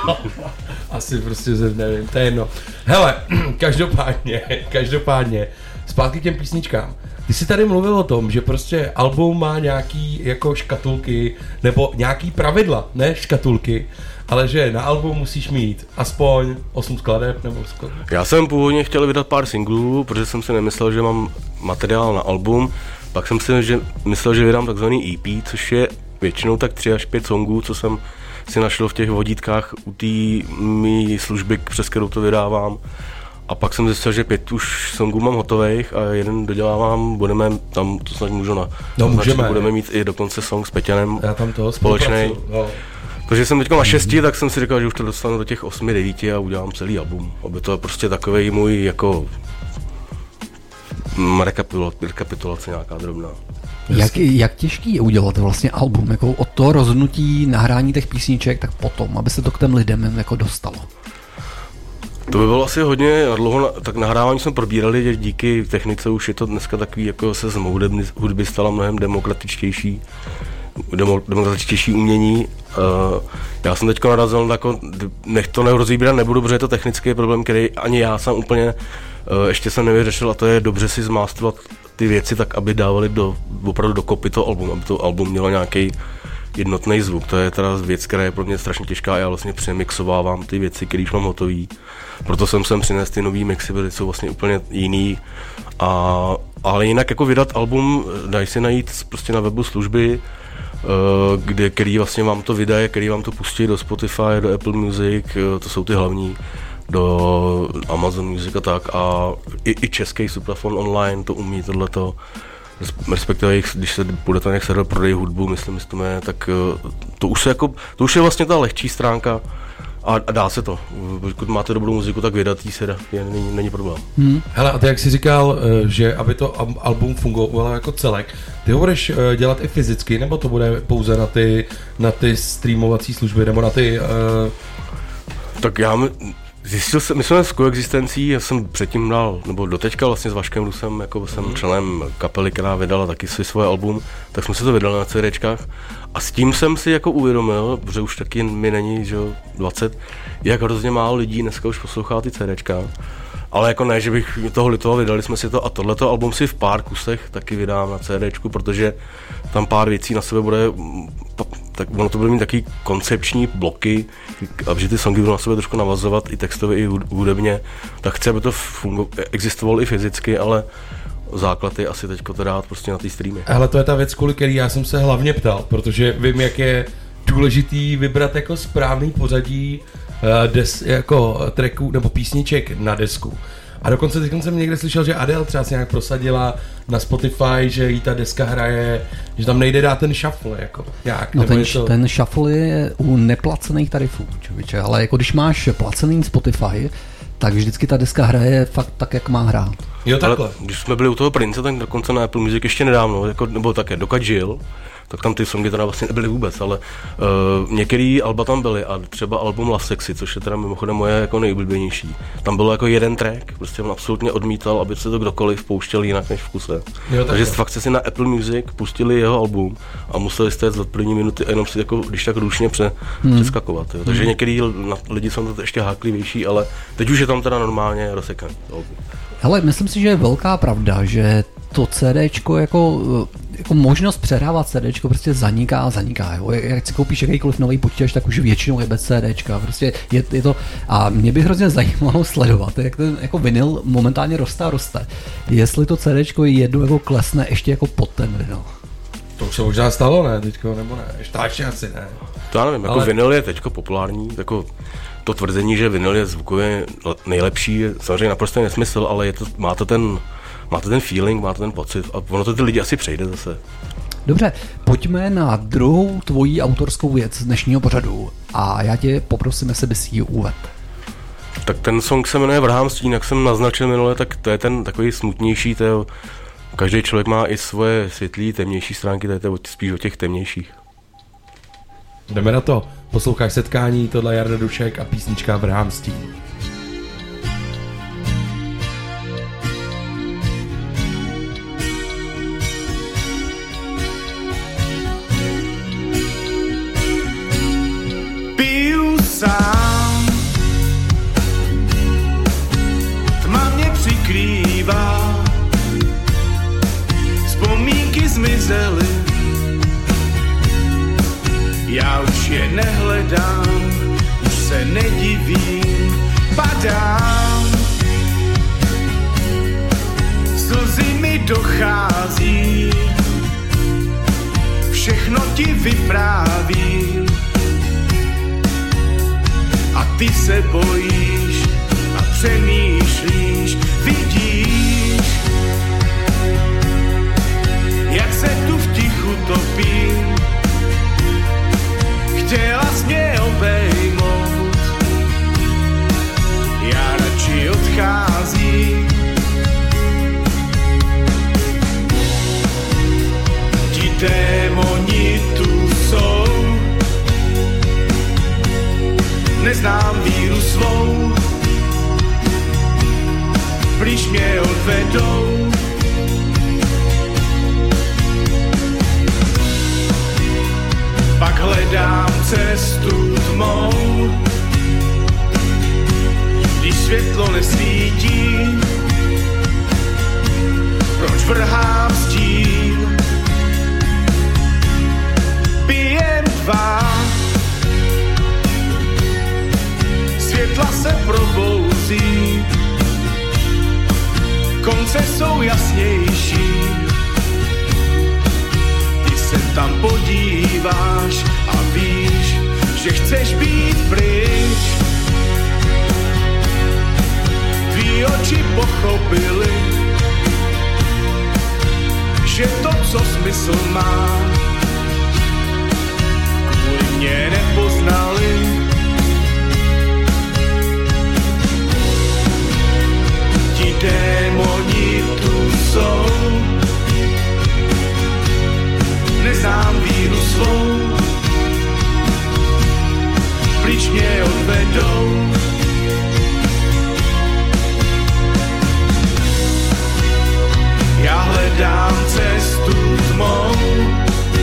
Asi prostě nevím, to je jedno. Hele, každopádně, každopádně, zpátky k těm písničkám. Ty jsi tady mluvil o tom, že prostě album má nějaký jako škatulky, nebo nějaký pravidla, ne škatulky, ale že na album musíš mít aspoň osm skladeb nebo skladeb. Já jsem původně chtěl vydat pár singlů, protože jsem si nemyslel, že mám materiál na album. Pak jsem si že, myslel, že vydám takzvaný E P, což je většinou tak tři až pět songů, co jsem si našel v těch vodítkách u té mý služby, přes kterou to vydávám. A pak jsem zjistil, že pět už songů mám hotových a jeden dodělávám, budeme tam, to snad můžu na, no, můžeme, budeme mít i dokonce song s Peťanem společný. No. Takže jsem teď na šesti, tak jsem si říkal, že už to dostanu do těch osmi, devíti a udělám celý album. Aby to je prostě takovej můj jako rekapitulace nějaká drobná. Jak, jak těžký je udělat vlastně album, jako od toho rozhodnutí nahrání těch písniček, tak potom, aby se to k těm lidem jako dostalo? To by bylo asi hodně dlouho, tak nahrávání jsme probírali, že díky technice už je to dneska takový, jako se z hudby, hudby stala mnohem demokratičtější, demo, demokratičtější umění. Uh, já jsem teďko narazil na jako, nech to nerozvíbírat nebudu, protože je to technický problém, který ani já sám úplně uh, ještě jsem nevyřešil, a to je dobře si zmástovat ty věci tak, aby dávali do, opravdu do kopy to album, aby to album mělo nějaký jednotný zvuk. To je teda věc, která je pro mě strašně těžká a já vlastně přemixovávám ty věci, které už mám hotový. Proto jsem sem přinesl ty nový mixy, protože jsou vlastně úplně jiný. A, ale jinak jako vydat album, dají si najít prostě na webu služby, kde, který vlastně vám to vydaje, který vám to pustí do Spotify, do Apple Music, to jsou ty hlavní, do Amazon Music a tak. A i, i český Suprafon online to umí tohleto. Respektive, když se půjdete na nějak server prodej hudbu, myslím, že to je, tak to už, se jako, to už je vlastně ta lehčí stránka a, a dá se to. Pokud máte dobrou muziku, tak vydat jí se dá, není, není problém. Hmm. Hele, a ty jak jsi říkal, že aby to album fungovalo jako celek, ty ho budeš dělat i fyzicky, nebo to bude pouze na ty, na ty streamovací služby, nebo na ty... Uh... Tak já... Zjistil jsem, my jsme s Koexistencí, já jsem předtím dal, nebo doteďka vlastně s Vaškem Rusem, jako jsem mm. členem kapely, která vydala taky si svoje album, tak jsme si to vydali na CDčkách a s tím jsem si jako uvědomil, protože už taky mi není, že dvacet, jak hrozně málo lidí dneska už poslouchá ty CDčka, ale jako ne, že bych toho litoval, vydali jsme si to a tohleto album si v pár kusech taky vydám na CDčku, protože tam pár věcí na sebe bude, tak ono to bude mít taky koncepční bloky, aby ty songy budou na sebe trošku navazovat i textově, i hudebně, tak chci, aby to fungo- existovalo i fyzicky, ale základ je asi teďko to dát prostě na ty streamy. Ale to je ta věc, kvůli který já jsem se hlavně ptal, protože vím, jak je důležitý vybrat jako správný pořadí uh, des, jako tracků nebo písniček na desku. A dokonce teď jsem někde slyšel, že Adele třeba si nějak prosadila na Spotify, že jí ta deska hraje, že tam nejde dát ten shuffle, jako jak. No ten, to... ten shuffle je u neplacených tarifů, čověče, ale jako když máš placený Spotify, tak vždycky ta deska hraje fakt tak, jak má hrát. Jo, takhle. Ale když jsme byli u toho Prince, tak dokonce na Apple Music ještě nedávno, jako, nebo také dokud žil, tak tam ty songy teda vlastně nebyly vůbec, ale uh, některý alba tam byly a třeba album Love Sexy, což je teda mimochodem moje jako nejoblíbenější. Tam bylo jako jeden track, prostě on absolutně odmítal, aby se to kdokoliv pouštěl jinak než v kuse. Jo, takže fakt jste si na Apple Music pustili jeho album a museli jste jet za první minuty a jenom si jako, když tak rušně pře, hmm. přeskakovat. Jo. Takže hmm. některý lidi jsou to ještě háklivější, ale teď už je tam teda normálně rozsekaný. Hele, myslím si, že je velká pravda, že to CDčko jako, jako možnost přehrávat CDčko prostě zaniká a zaniká. Jo. Jak si koupíš jakýkoliv nový počítač, tak už většinou je bez CDčka. Prostě je, je to, a mě by hrozně zajímalo sledovat, jak ten jako vinyl momentálně roste a roste. Jestli to CDčko jednou jako klesne ještě jako pod ten vinyl. To už se možná stalo, ne, teďko, nebo ne? Ještě asi ne. To já nevím, jako ale... vinyl je teďko populární, jako to tvrzení, že vinyl je zvukově nejlepší, je samozřejmě naprosto nesmysl, ale je to, má to ten Máte ten feeling, máte ten pocit a ono to ty lidi asi přejde zase. Dobře, pojďme na druhou tvoji autorskou věc z dnešního pořadu a já tě poprosím, jestli bys ji uvedl. Tak ten song se jmenuje Vrhám stín, jak jsem naznačil minule, tak to je ten takový smutnější, to je, každý člověk má i svoje světlý, temnější stránky, to je to spíš o těch temnějších. Jdeme na to, posloucháš Setkání, tohle je Jarda Dušek a písnička Vrhám stín. Sám. Tma mě přikrývá, vzpomínky zmizely, já už je nehledám, už se nedivím, padám. Slzy mi dochází, všechno ti vyprávím. A ty se bojíš a přemýšlíš, vidíš, jak se tu v tichu topím. Chtěla jsi mě obejmout, já radši odcházím. Ti démoni tu jsou, neznám víru svou, pryč mě odvedou. Pak hledám cestu tmou, když světlo nesvítí, proč vrhám stín? Pijem dva, světla se probouzí, konce jsou jasnější. Ty se tam podíváš a víš, že chceš být pryč. Tvý oči pochopily, že to, co smysl má, kvůli mě nepoznali. Ti démoni tu jsou, neznám víru svou, pryč mě odvedou. Já hledám cestu tmou,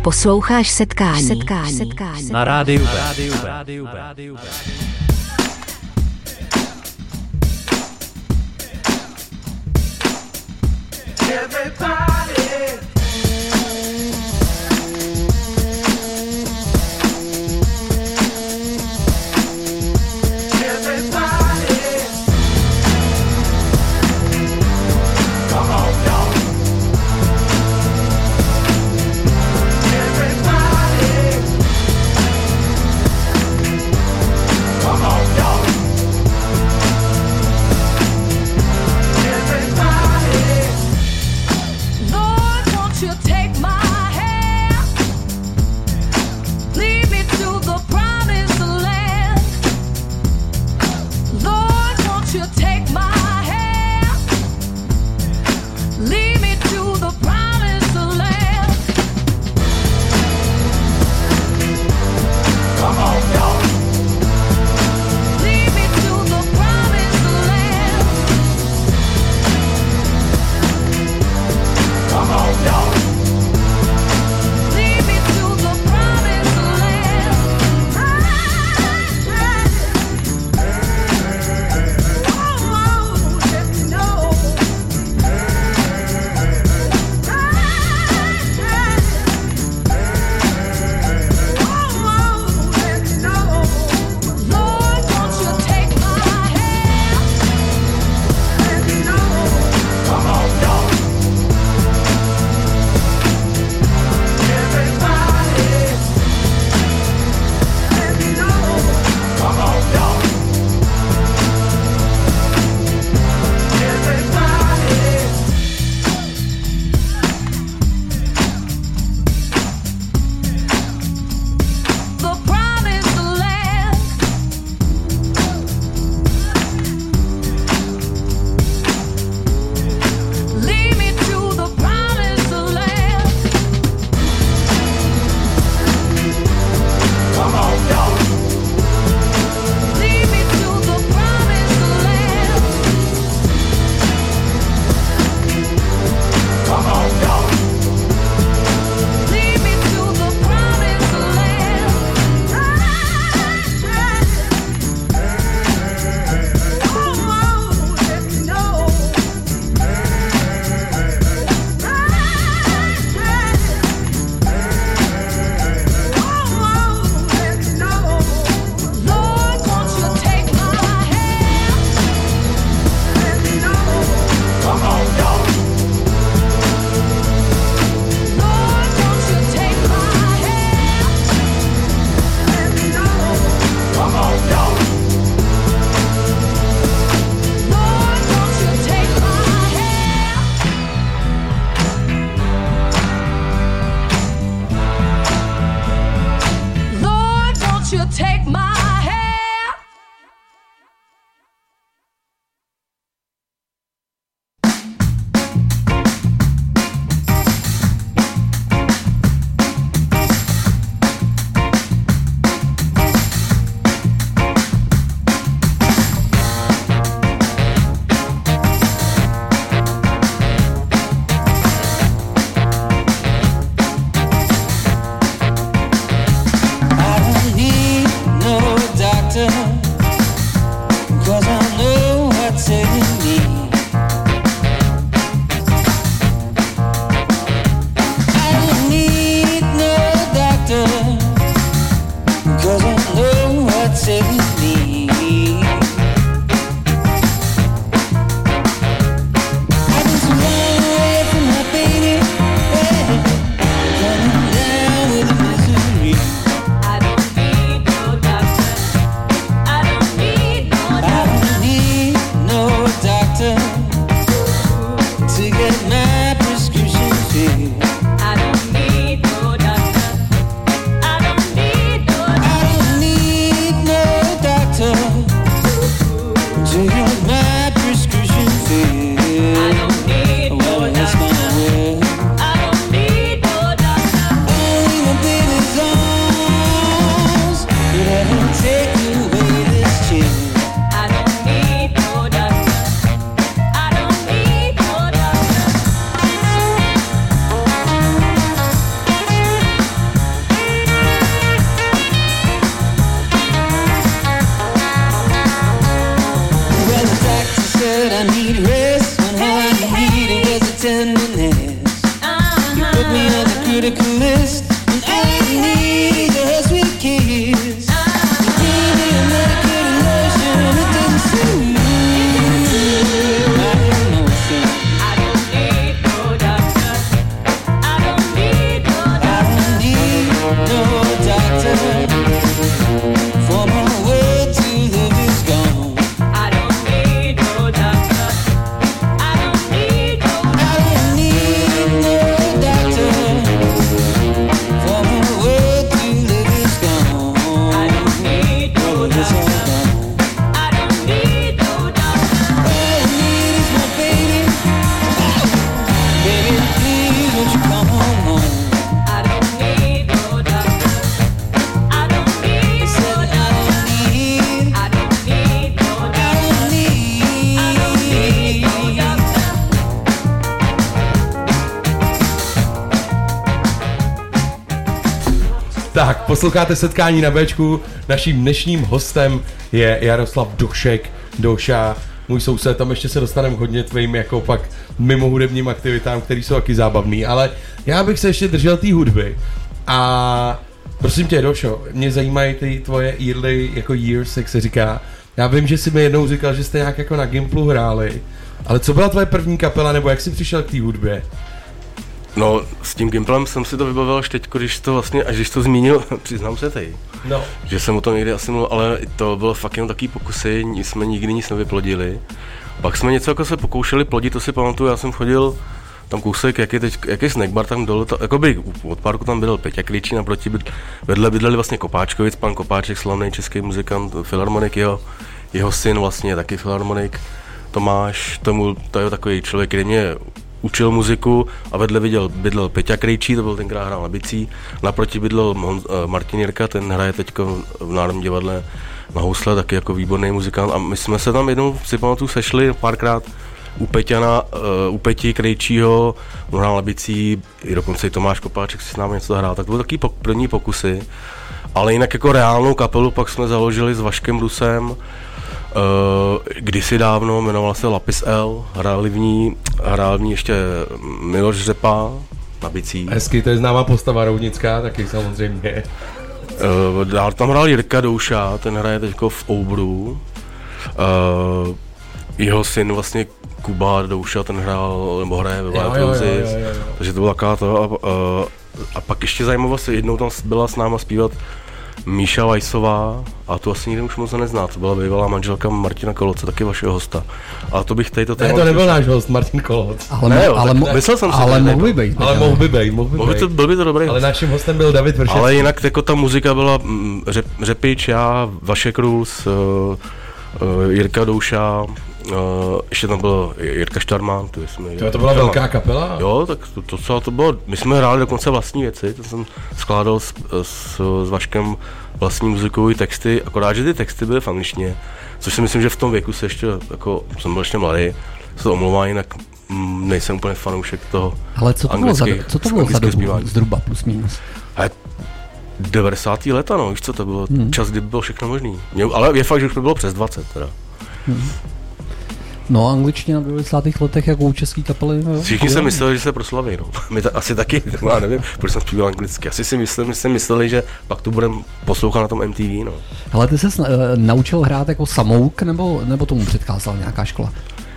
Posloucháš setkání. setkání. setkání. Na rádiu B. Na rádiu B. Na rádiu B. Na rádiu B. I need rest when all I needed was a tenderness. You put me on the critical list, and all I need is a sweet kiss. You gave me a medicated lotion, it didn't soothe my emotion. I don't need no doctor. I don't need no doctor. I don't need no doctor. For my way to live is gone. I don't need no doctor. I don't need no doctor. I don't need no doctor. For my way to live is gone. I don't need no doctor. I don't need no doctor. All I need is my baby. Baby, please won't you come home? I don't need no doctor. I don't need no doctor. I don't need no doctor. I don't need no doctor. Tak, posloucháte Setkání na Béčku. Naším dnešním hostem je Jaroslav Došek, Doša, můj soused. Tam ještě se dostaneme hodně tvým jako pak mimo hudebním aktivitám, které jsou taky zábavný. Ale já bych se ještě držel té hudby. A prosím tě, Došo, mě zajímají ty tvoje early jako years, jak se říká. Já vím, že jsi mi jednou říkal, že jste nějak jako na Gimplu hráli. Ale co byla tvoje první kapela, nebo jak jsi přišel k té hudbě? No, s tím Gimplem jsem si to vybavil až teď, když to vlastně, až když to zmínil, přiznám se teď, No. že jsem o tom někdy asi mluvil, ale to bylo fakt jenom takový pokusy, jsme nikdy nic nevyplodili. Pak jsme něco jako se pokoušeli plodit, to si pamatuju, já jsem chodil tam kousek, jak je teď, jak je snackbar tam dole, to, jakoby od parku tam bydlel Peťa Krejčí, naproti bydl, vedle bydleli vlastně Kopáčkovic, pan Kopáček, slavný český muzikant, filharmonik, jeho, jeho syn vlastně taky filharmonik, Tomáš, tomu, to je takový člověk, který mě učil muziku a vedle viděl, bydlel Peťa Krejčí, to byl tenkrát hrál na bicí, naproti bydlel Mon, Martin Jirka, ten hraje teď v Národním divadle na housle, taky jako výborný muzikant a my jsme se tam jednou si pamatuju sešli párkrát u Peťana, uh, u Peti Krejčího, on hrál na bicí, i dokonce i Tomáš Kopáček si s námi něco hrál, tak to byly taky pok- první pokusy, ale jinak jako reálnou kapelu pak jsme založili s Vaškem Rusem, uh, kdysi dávno, jmenovala se Lapis L, hráli v ní, hrál v ní ještě Miloš Řepa na bicí. Hezky, to je známá postava roudnická, taky samozřejmě. Uh, dál tam hrál Jirka Douša, ten hraje teďko v Oubru. Uh, jeho syn vlastně Kuba Douša, ten hrál, nebo hraje ve Vajatlouzi, takže to byla taková to. A, a, a pak ještě zajímavost, jednou tam byla s náma zpívat Míša Vajsová, a tu asi nikdy už moc nezná, to byla bývalá manželka Martina Koloce, taky vašeho hosta. A to bych tady to téma... Ne, to nebyl náš host, Martin Koloc. Ale, ne, jo, ale, tak, myslel jsem si, ale ne, mohl by být. Ale mohl by být, mohl by Mohl by to, byl by to dobrý Ale host. naším hostem byl David Vršecký. Ale jinak jako ta muzika byla mm, řep, Řepič, já, Vašek Rus, uh, uh, Jirka Douša, uh, ještě tam byl Jirka Štarman. To, jsme, to, to byla velká kapela? Jo, tak to, to, co to bylo, my jsme hráli dokonce vlastní věci, to jsem skládal s, s, s Vaškem vlastní muzikový texty, akorát, že ty texty byly v angličtině, což si myslím, že v tom věku se ještě, jako jsem byl ještě mladý, se to omlouvá, jinak mm, nejsem úplně fanoušek toho. Ale co to bylo za, co to bylo za dobu, zhruba plus minus? Ale devadesátá leta, no, víš co, to bylo hmm. čas, kdy bylo všechno možný. Mě, ale je fakt, že už bylo přes dvacet teda. Hmm. No, angličtina v devadesátých letech jako u český kapely. No, všichni se mysleli, že se proslaví, no. My ta, asi taky, já nevím, proč jsem zpíval anglicky. Asi si mysleli, si mysleli, že pak tu budeme poslouchat na tom M T V, no. Ale ty ses uh, naučil hrát jako samouk, nebo, nebo tomu předcházela nějaká škola?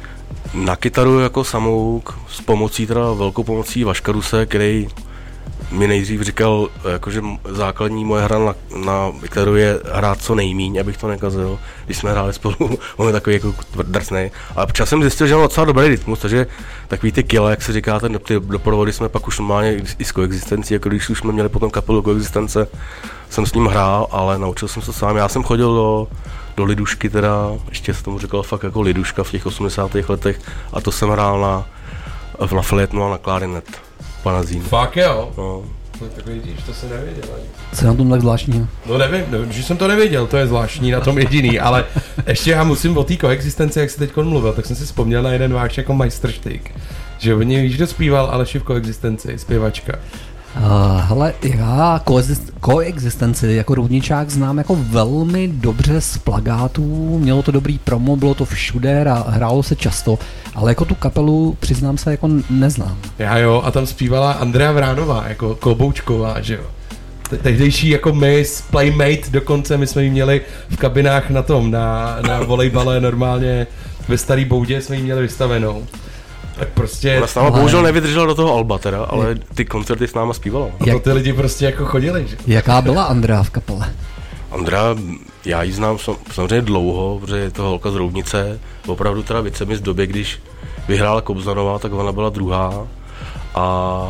Na kytaru jako samouk, s pomocí, teda velkou pomocí Vaška Ruse, který mi nejdřív říkal, jakože základní moje hra na, na kytaru je hrát co nejmíň, abych to nekazil, když jsme hráli spolu, on je takový jako drsnej. A časem zjistil, že mám docela dobrý rytmus, takže takový ty kila, jak se říká, ten, ty doprovody jsme pak už normálně i s koexistencí, jako když už jsme měli potom kapelu koexistence, jsem s ním hrál, ale naučil jsem se sám. Já jsem chodil do, do lidušky teda, ještě se tomu říkal fakt jako liduška v těch osmdesátých letech, a to jsem hrál na, v Lafayette a na klarinet. Panazín. Fakt jo? No. No, tak vidíš, to se nevěděl. Co je na tom tak zvláštního? No nevím, nevím, že jsem to nevěděl, to je zvláštní na tom jediný, ale ještě já musím o té koexistenci, jak jsi teď mluvil, tak jsem si vzpomněl na jeden váš jako majstrštyk, že od něj víš, kdo zpíval Aleši v koexistenci, zpěvačka. Uh, hele, já koexist- koexistenci jako rovničák znám jako velmi dobře z plakátů, mělo to dobrý promo, bylo to všude a hrálo se často, ale jako tu kapelu, přiznám se, jako neznám. Já jo, a tam zpívala Andrea Vránová, jako Kloboučková, že jo. Te- Tehdejší jako Miss Playmate, dokonce my jsme ji měli v kabinách na tom, na, na volejbale normálně ve Starý Boudě jsme ji měli vystavenou. Tak prostě... Ona s náma bohužel nevydržela do toho alba teda, ale ty koncerty s náma zpívala. A to ty lidi prostě jako chodili, že? Jaká byla Andrea v kapele? Andrea, já ji znám samozřejmě dlouho, protože je to holka z Roudnice, opravdu teda více z doby, když vyhrála Kobzanová, tak ona byla druhá a,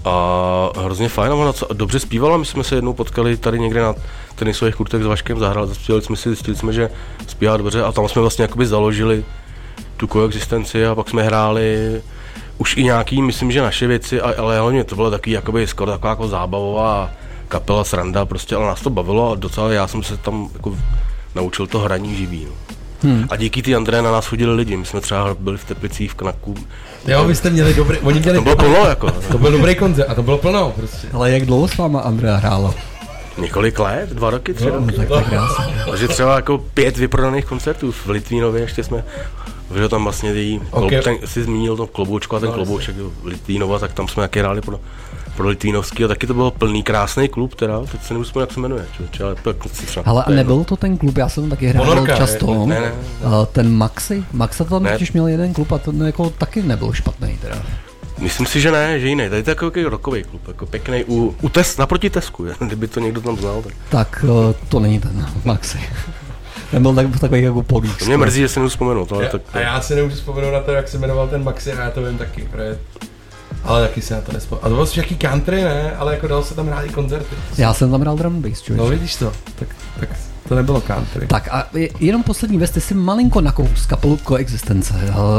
a hrozně fajn, ona dobře zpívala, my jsme se jednou potkali tady někde na tenisových kurtech s Vaškem, zahrali, zaspívali jsme si, zjistili jsme, že zpívá dobře a tam jsme vlastně jakoby založili tu koexistenci a pak jsme hráli už i nějaký, myslím, že naše věci, ale hlavně to bylo takový jakoby skoro taková jako zábavová kapela, sranda prostě, ale nás to bavilo a docela já jsem se tam jako naučil to hraní živý. No. Hmm. A díky ty André na nás chodili lidi, my jsme třeba byli v Teplicích, v Knaku. Jo, vy jste měli dobrý, oni měli... To bylo plno jako. To byl dobrý koncert a to bylo plno prostě. Ale jak dlouho s váma Andrea hrála? Několik let, dva roky, tři no, roky. Tak to je krásné. Takže třeba jako pět vyprodaných koncertů v Litvínově ještě jsme, že tam vlastně její, okay. ten, si zmínil to kloboučko a ten no, klobouček v Litvínova, tak tam jsme taky hráli pro, pro Litvínovský a taky to byl plný krásný klub teda, teď se nevím, jak se jmenuje, či, ale to třeba. Ale a nebyl to ten klub, já jsem taky hrál Ponorka, často, ne, ne, ne. ten Maxi, Maxa tam totiž měl jeden klub a to jako taky nebyl špatný teda. Myslím si, že ne, že jiný. Tady to je takový rokový klub, jako pěkný u, u tes, naproti Tesku, kdyby to někdo tam znal. Tak, tak to není ten Maxi. Ten byl tak, takový jako polík. To mě mrzí, že si nemůžu vzpomenout. To, já, tak, a já si nemůžu vzpomenout na to, jak se jmenoval ten Maxi a já to vím taky, protože... Ale taky se na to nespomenu. A to bylo jaký country, ne? Ale jako dal se tam hrát i koncerty. Já jsem tam hrál drum and bass, No vidíš to, tak, tak to nebylo country. Tak a jenom poslední věc, ty jsi malinko nakous kapelu Koexistence.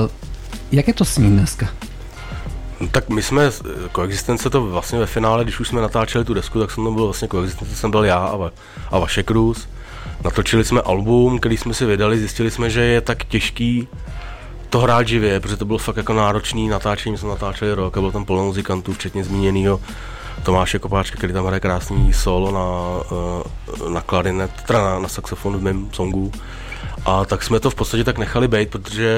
Jak je to s ní dneska? No, tak my jsme, Koexistence to vlastně ve finále, když už jsme natáčeli tu desku, tak jsem tam byl vlastně Koexistence, jsem byl já a, va, a Vašek Krus. Natočili jsme album, který jsme si vydali, zjistili jsme, že je tak těžký to hrát živě, protože to bylo fakt jako náročný natáčení, jsme natáčeli rok a bylo tam plno muzikantů, včetně zmíněnýho Tomáše Kopáčka, který tam hraje krásný solo na, na klarinet, teda na, na saxofon v mém songu. A tak jsme to v podstatě tak nechali bejt, protože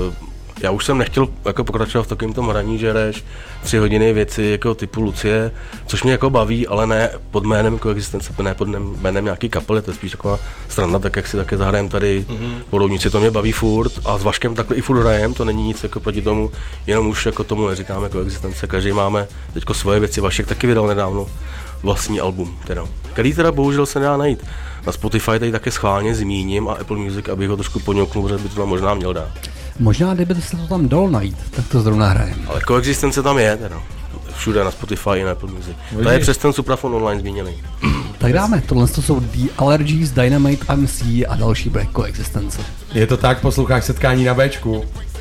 já už jsem nechtěl jako pokračovat v takovém tom hraní, že hraješ tři hodiny věci jako typu Lucie, což mě jako baví, ale ne pod jménem Koexistence, ne pod jménem nějaký kapely, to je spíš taková strana, tak jak si také zahrajem tady mm-hmm. po Roudnici, to mě baví furt a s Vaškem takhle i furt hrajem, to není nic jako proti tomu, jenom už jako tomu neříkáme Koexistence, každý máme teďko svoje věci, Vašek taky vydal nedávno vlastní album, teda, který teda bohužel se nedá najít. Na Spotify tady také schválně zmíním a Apple Music, abych ho trošku poňoknul, protože by to tam možná měl dát. Možná, kdyby se to tam dalo najít, tak to zrovna hrajem. Ale Koexistence tam je, teda. Všude na Spotify i na Apple Music. To je přes ten Suprafon online zmíněný. Tak dáme, tohle to jsou The Allergies, Dynamite M C a další bude Koexistence. Je to tak, posloucháš Setkání na Bčku.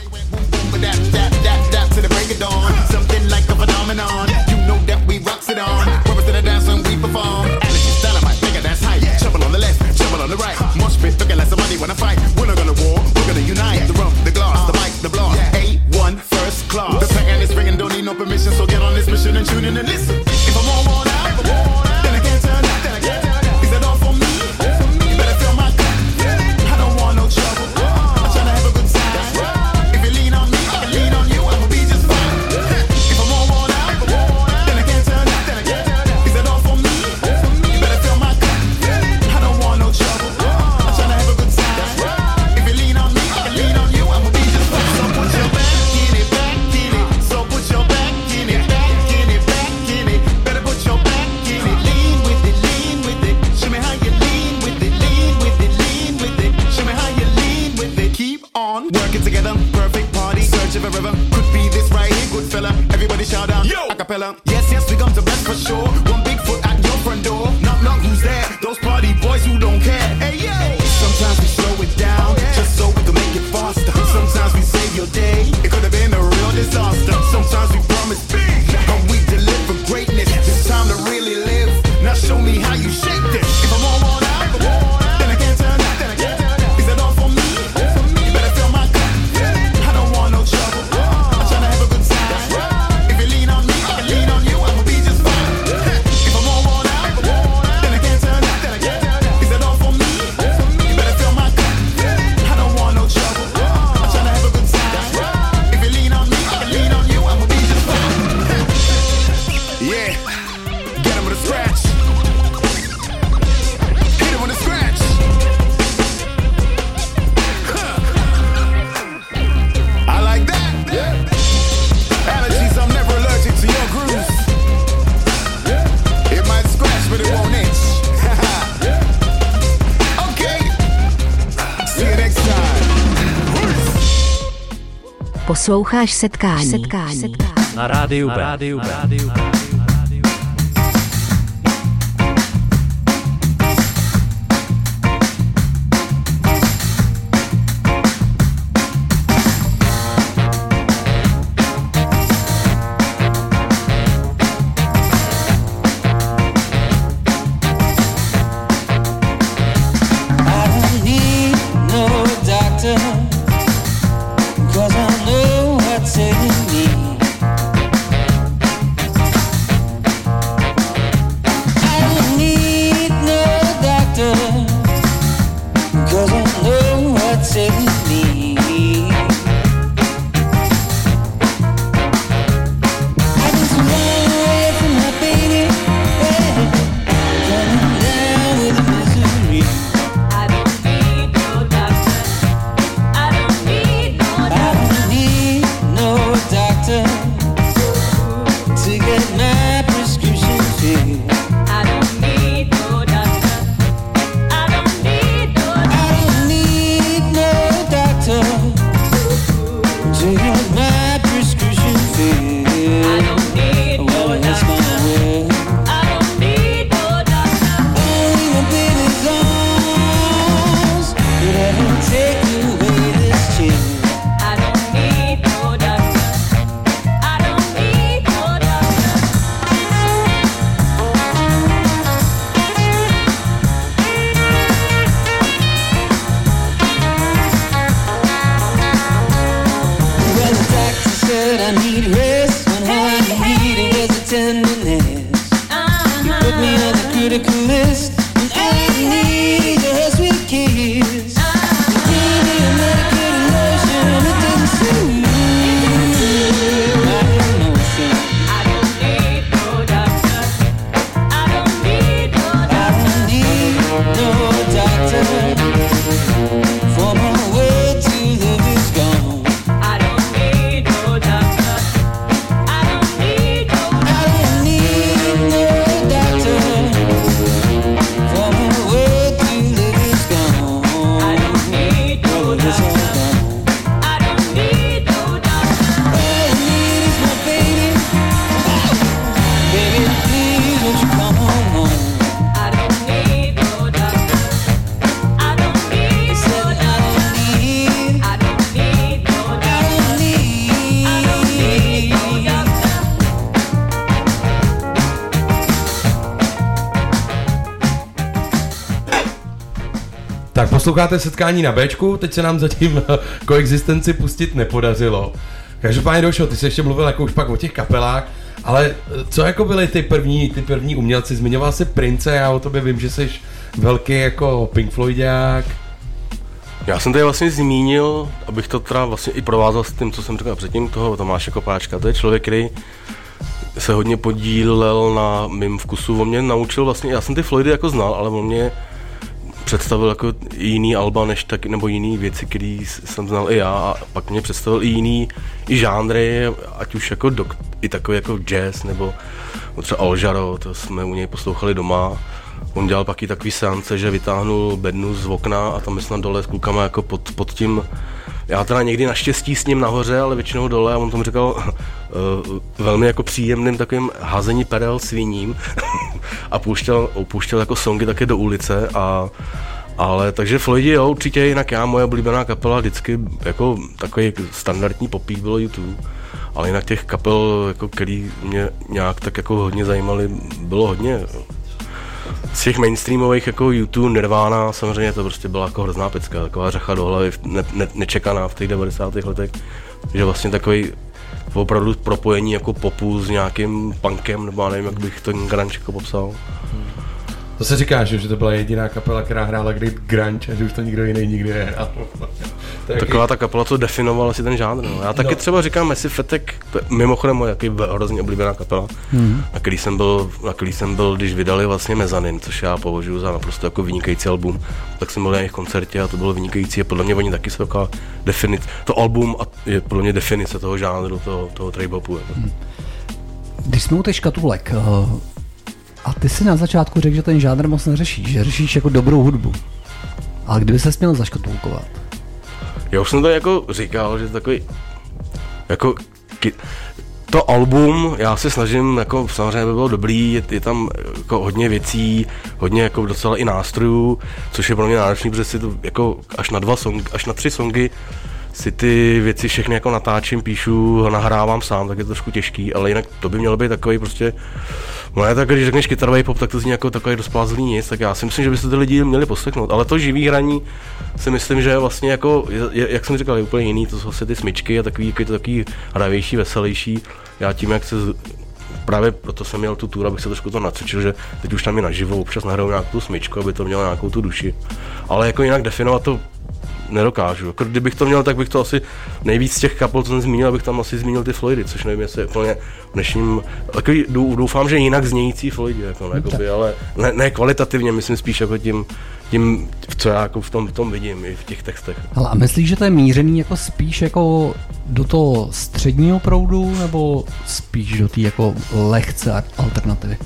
On the right, mosh pit, looking like somebody wanna fight. We're not gonna war, we're gonna unite. The rum, the glass, the mic, the blast. A one first class. The pattern is ringing, don't need no permission, so get on this mission and tune in and listen. If I'm all worn out, then I can't turn out, then I can't turn out. Is that all for me? You better fill my cup. I don't want no trouble. I'm trying to have a good time. If you lean on me, I can lean on you, I'ma be just fine. If I'm all worn out, then I can't turn out, then I can't turn out. Is that all for me? You better fill my cup. I don't want no trouble. Forever. Could be this right here, good fella. Everybody shout out, yo, acapella. Yes, yes, we come to bless for sure. One big foot at your front door. Knock, knock, who's there? Those party boys who don't care. Hey, yo. Sometimes we slow it down, just so we can make it faster. Sometimes we save your day. It could have been a real disaster. Sometimes we promise big, and we deliver greatness. It's time to really live. Now show me how you shake this. If I'm all worn out, then I can't turn out, then I can't turn out. Is that all for me? You better fill my cup. I don't want no trouble. I'm trying to have a good time. If you lean on me, I can lean on you, I'ma be just fine. Posloucháš setkání. setkání. setkání. Na rádiu B. Na rádiu B. Na rádiu B. Tak posloucháte setkání na Bčku, teď se nám zatím koexistenci pustit nepodařilo. Každopádně Došo, ty jsi ještě mluvil jako už pak o těch kapelách, ale co jako byly ty první, ty první umělci? Zmiňoval jsi Prince, já o tobě vím, že jsi velký jako Pink Floydák. Já jsem tady vlastně zmínil, abych to teda vlastně i provázal s tím, co jsem říkal předtím, toho Tomáše Kopáčka. To je člověk, který se hodně podílel na mým vkusu. On mě naučil vlastně, já jsem ty Floydy jako znal, ale on mě představil jako jiný alba, než tak, nebo jiný věci, které jsem znal i já, a pak mě představil i jiný i žánry, ať už jako dok, i takový jako jazz, nebo třeba Al Jarreau, to jsme u něj poslouchali doma. On dělal pak i takový seance, že vytáhnul bednu z okna a tam my jsme dole s klukama jako pod, pod tím. Já teda někdy naštěstí s ním nahoře, ale většinou dole, a on tomu říkal uh, velmi jako příjemným takovým házení perel sviním a pouštěl, pouštěl jako songy také do ulice, a ale takže Floydi jo, určitě, jinak já, moje oblíbená kapela vždycky jako takový standardní popík bylo U dva, ale jinak těch kapel, jako, který mě nějak tak jako hodně zajímaly, bylo hodně. Z těch mainstreamových jako U dva, Nirvana, samozřejmě to prostě byla jako hrozná pecka, taková řecha do hlavy, ne, ne, nečekaná v těch devadesátých letech, že vlastně takový opravdu propojení jako popu s nějakým punkem, nebo nevím, jak bych to grunge jako popsal. To se říká, že to byla jediná kapela, která hrála kdy grunge, a že už to nikdo jiný nikdy nehrál. Taková ta kapela, co definovala si ten žánr. No. Já taky no. třeba říkám Massive Attack, to je mimochodem moje jaký hrozně oblíbená kapela, mm. na který jsem byl, na který jsem byl, když vydali vlastně Mezanin, což já považuji za naprosto jako vynikající album, tak jsem byl na jejich koncertě a to bylo vynikající, a podle mě oni taky jsou taková definice, to album je podle mě definice toho žánru, toho, toho trip-hopu. Mm. Když jsme u těch škatulek, a ty si na začátku řekl, že ten žánr moc neřešíš, že řešíš jako dobrou hudbu. Ale kdyby ses měl zaškatulkovat? Já už jsem to jako říkal, že takový jako ki, to album, já se snažím, jako samozřejmě by bylo dobrý, je, je tam jako hodně věcí, hodně jako docela i nástrojů, což je pro mě náročný, protože si to jako až na dva song, až na tři songy si ty věci všechny jako natáčím, píšu, nahrávám sám, tak je to trošku těžký, ale jinak to by mělo být takový prostě, no je tak, když řekneš kytarový pop, tak to zní jako takový dosplázelý nic, tak já si myslím, že by se ty lidi měli poslechnout, ale to živý hraní si myslím, že je vlastně jako, je, jak jsem říkal, je úplně jiný, to jsou vlastně ty smyčky a takový, takový, takový hravější, veselější, já tím, jak se, právě proto jsem měl tu tour, abych se trošku to nacvičil, že teď už tam je naživo, občas nahraju nějakou tu smyčku, aby to mělo nějakou tu duši, ale jako jinak definovat to nedokážu. Jako kdybych to měl, tak bych to asi nejvíc z těch kapel, co jsem zmínil, abych tam asi zmínil ty Floydy, což nevím, jestli je úplně v dnešním, takový, doufám, že jinak znějící Floydy, jako, ne, jakoby, ale ne, ne kvalitativně, myslím spíš jako tím, tím, co já jako v tom, v tom vidím, i v těch textech. Hele, a myslíš, že to je mířený jako spíš jako do toho středního proudu, nebo spíš do té jako lehce alternativy?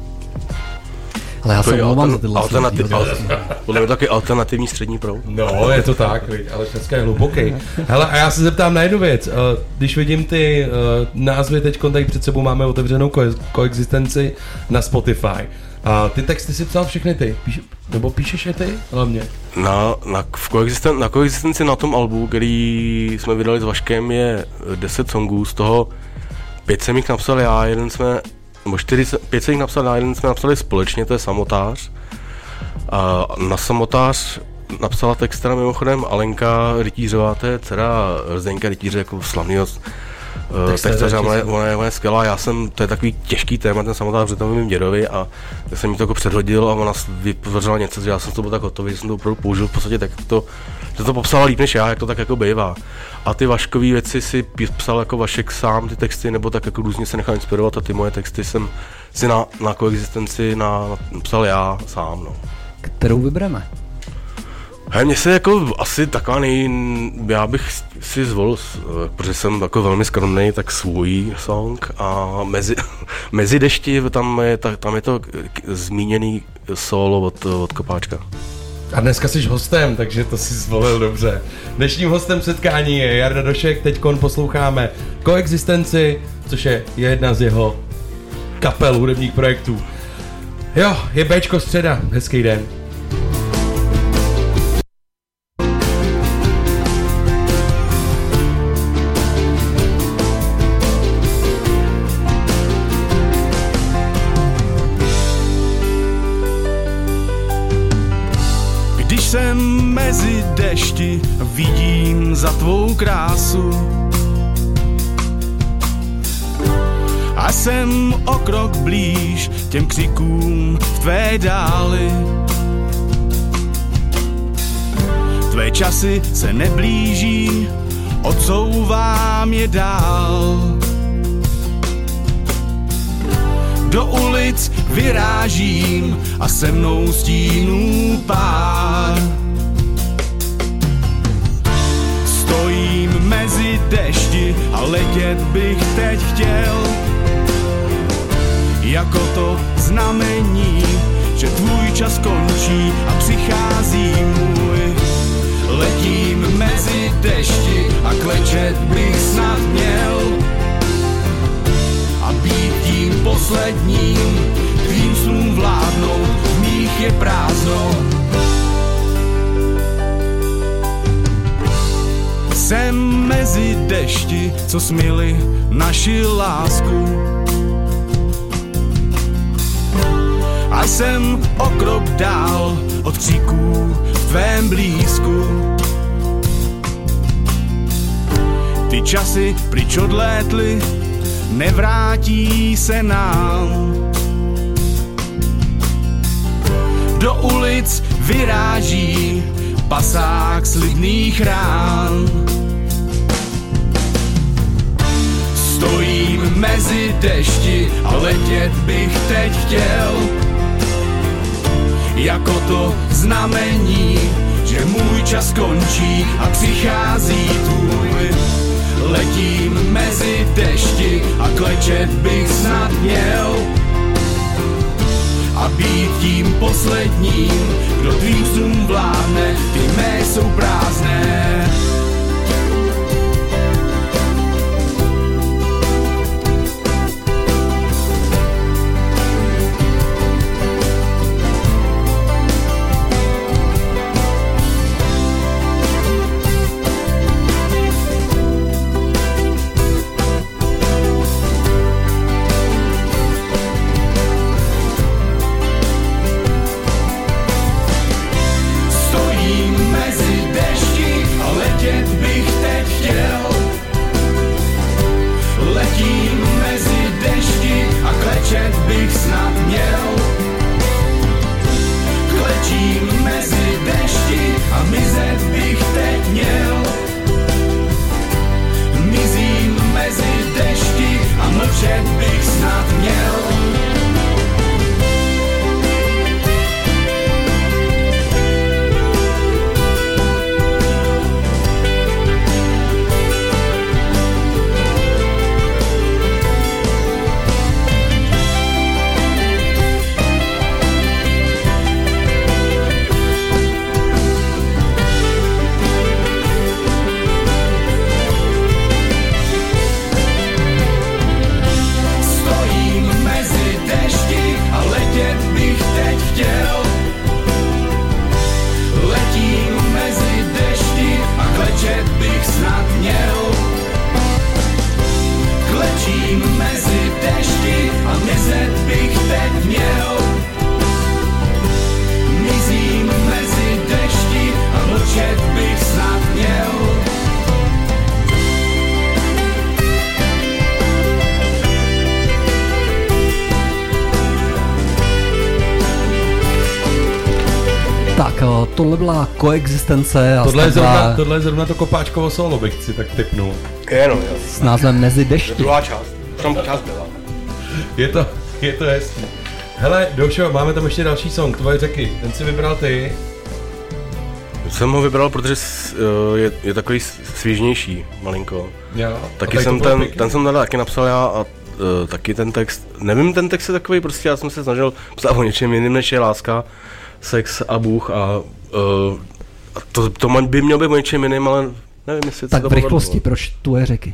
Ale já se omlouvám za tyhle alternativ, podle mě taky alternativní střední proud. No, je to tak, ale dneska je hluboký. Hele, a já se zeptám na jednu věc. Když vidím ty názvy, teď tady před sebou máme otevřenou ko- koexistenci na Spotify. A ty texty si psal všechny ty, Píš, nebo píšeš je ty hlavně? Na, na, v koexisten, na koexistenci na tom albu, který jsme vydali s Vaškem, je deset songů, z toho pět jsem jich napsal já, jeden jsme nebo čtyři, pět se jich napsal já, jeden jsme napsali společně, to je Samotář. A na Samotář napsala text teda mimochodem Alenka Rytířová, to je dcera Zdeňka Rytíře, jako slavnýho textaře, ona je, ona je, ona je skvělá, já jsem, to je takový těžký téma, ten Samotář, protože to mým dědovi a já jsem jí to jako předhodil a ona vytvořila něco, že já jsem to byl tak hotový, že jsem to opravdu použil v podstatě tak to, že to popsala líp než já, jak to tak jako bývá. A ty Vaškový věci si psal jako Vašek sám ty texty, nebo tak jako různě se nechal inspirovat a ty moje texty jsem si na, na koexistenci na, psal já sám, no. Kterou vybereme? Hej, mně se jako asi taková nej... já bych si zvolil, protože jsem jako velmi skromnej, tak svůj song a mezi, mezi dešti tam je, tam je to zmíněný solo od, od Kopáčka. A dneska jsi hostem, takže to si zvolil dobře. Dnešním hostem setkání je Jarda Došek, teďkon posloucháme Koexistenci, což je jedna z jeho kapel hudebních projektů. Jo, je Béčko středa, hezký den. Jsem mezi dešti, vidím za tvou krásu a jsem o krok blíž těm křikům v tvé dáli. Tvé časy se neblíží, odsouvám je dál. Do ulic vyrážím a se mnou stínů pár. Stojím mezi dešti a letět bych teď chtěl, jako to znamení, že tvůj čas končí a přichází můj. Letím mezi dešti a klečet bych snad měl a být tím posledním, tvým snům vládnout, v mých je prázdno. Jsem mezi dešti, co smili naši lásku a jsem o krok dál od křiků v tvém blízku. Ty časy pryč odlétly, nevrátí se nám. Do ulic vyráží pasák slibných rán. Stojím mezi dešti a letět bych teď chtěl, jako to znamení, že můj čas končí a přichází tvůj. Letím mezi dešti a klečet bych snad měl a být tím posledním, kdo tvým snům vládne, ty mé jsou prázdné. tohle byla koexistence a Tohle je, skladba zrovna, tohle je zrovna to kopáčkovo solo, bych si tak tipnul. Je, no, jo. s názvem Mezi dešti. Druhá část. Tam část byla. Je to, je to hezký. Hele, Došo, máme tam ještě další song, Tvoje řeky. Ten si vybral ty. Jsem ho vybral, protože je, je takový svížnější, malinko. Jo, taky jsem ten, ten jsem tady taky napsal já a uh, taky ten text, nevím, ten text je takový prostě, já jsem se snažil psát o něčem jiným, než je láska, sex a Bůh a uh, to, to by mělo být o něčem jiným, ale nevím, jestli tak to v rychlosti, povedlo. proč Tvoje řeky?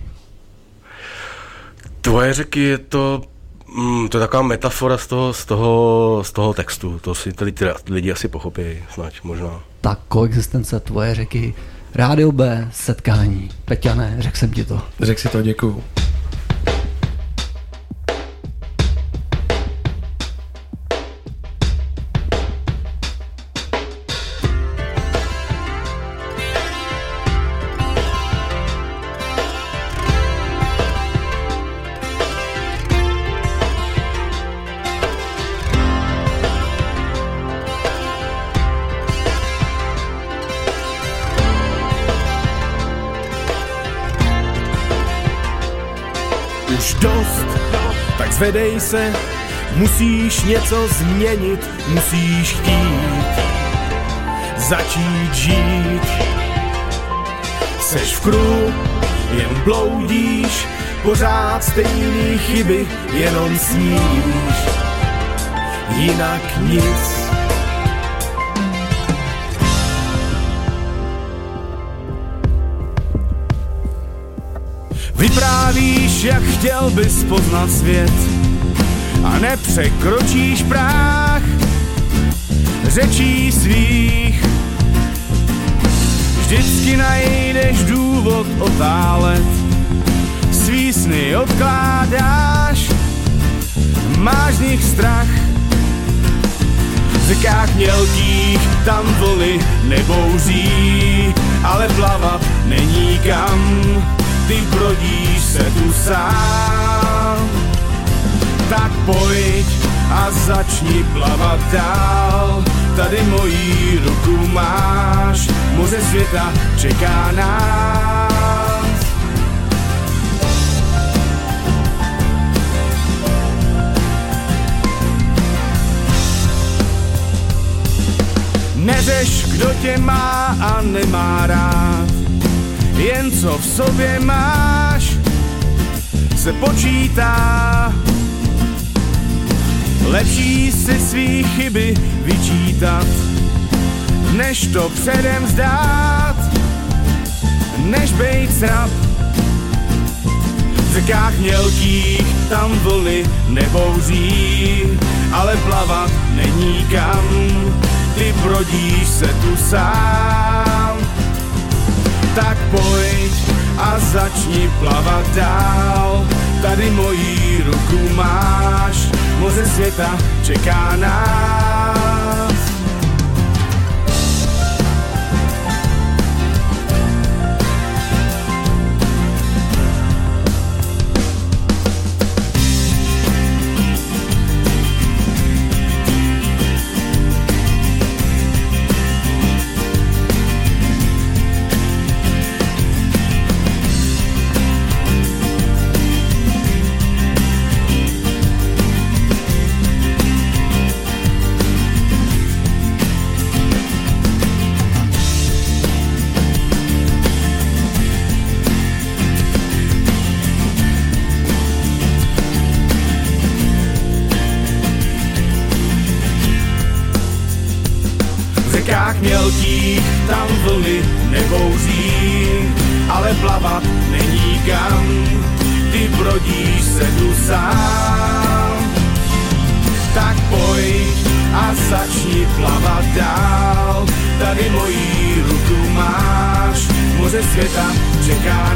Tvoje řeky je to, mm, to je taková metafora z toho, z toho, z toho textu, to si ty, ty lidi asi pochopí, snad možná. Tak koexistence, Tvoje řeky, Rádio B, setkání. Peťane, řekl jsem ti to. Řekl si to, děkuju. Už dost, tak zvedej se, musíš něco změnit, musíš chtít začít žít. Seš v kruhu, jen bloudíš, pořád stejný chyby, jenom sníš, jinak nic. Vyprávíš, jak chtěl bys poznat svět a nepřekročíš práh řečí svých. Vždycky najdeš důvod otálet, svý sny odkládáš, máš z nich strach. V řekách mělkých tam vlny nebouří, ale plavat není kam. Ty brodíš se tu sám, tak pojď a začni plavat dál. Tady moji ruku máš, moře světa čeká nás. Neřeš, kdo tě má a nemá rád, jen co v sobě máš, se počítá. Lepší si svý chyby vyčítat, než to předem vzdát, než bejt srab. V řekách mělkých tam vlny nebouří, ale plavat není kam. Ty brodíš se tu sám, tak pojď a začni plavat dál. Tady moji ruku máš, moře světa čeká nás. Mělkých tam vlny nebouří, ale plavat není kam. Ty brodíš se tu sám, tak pojď a začni plavat dál. Tady moji ruku máš, moře světa čeká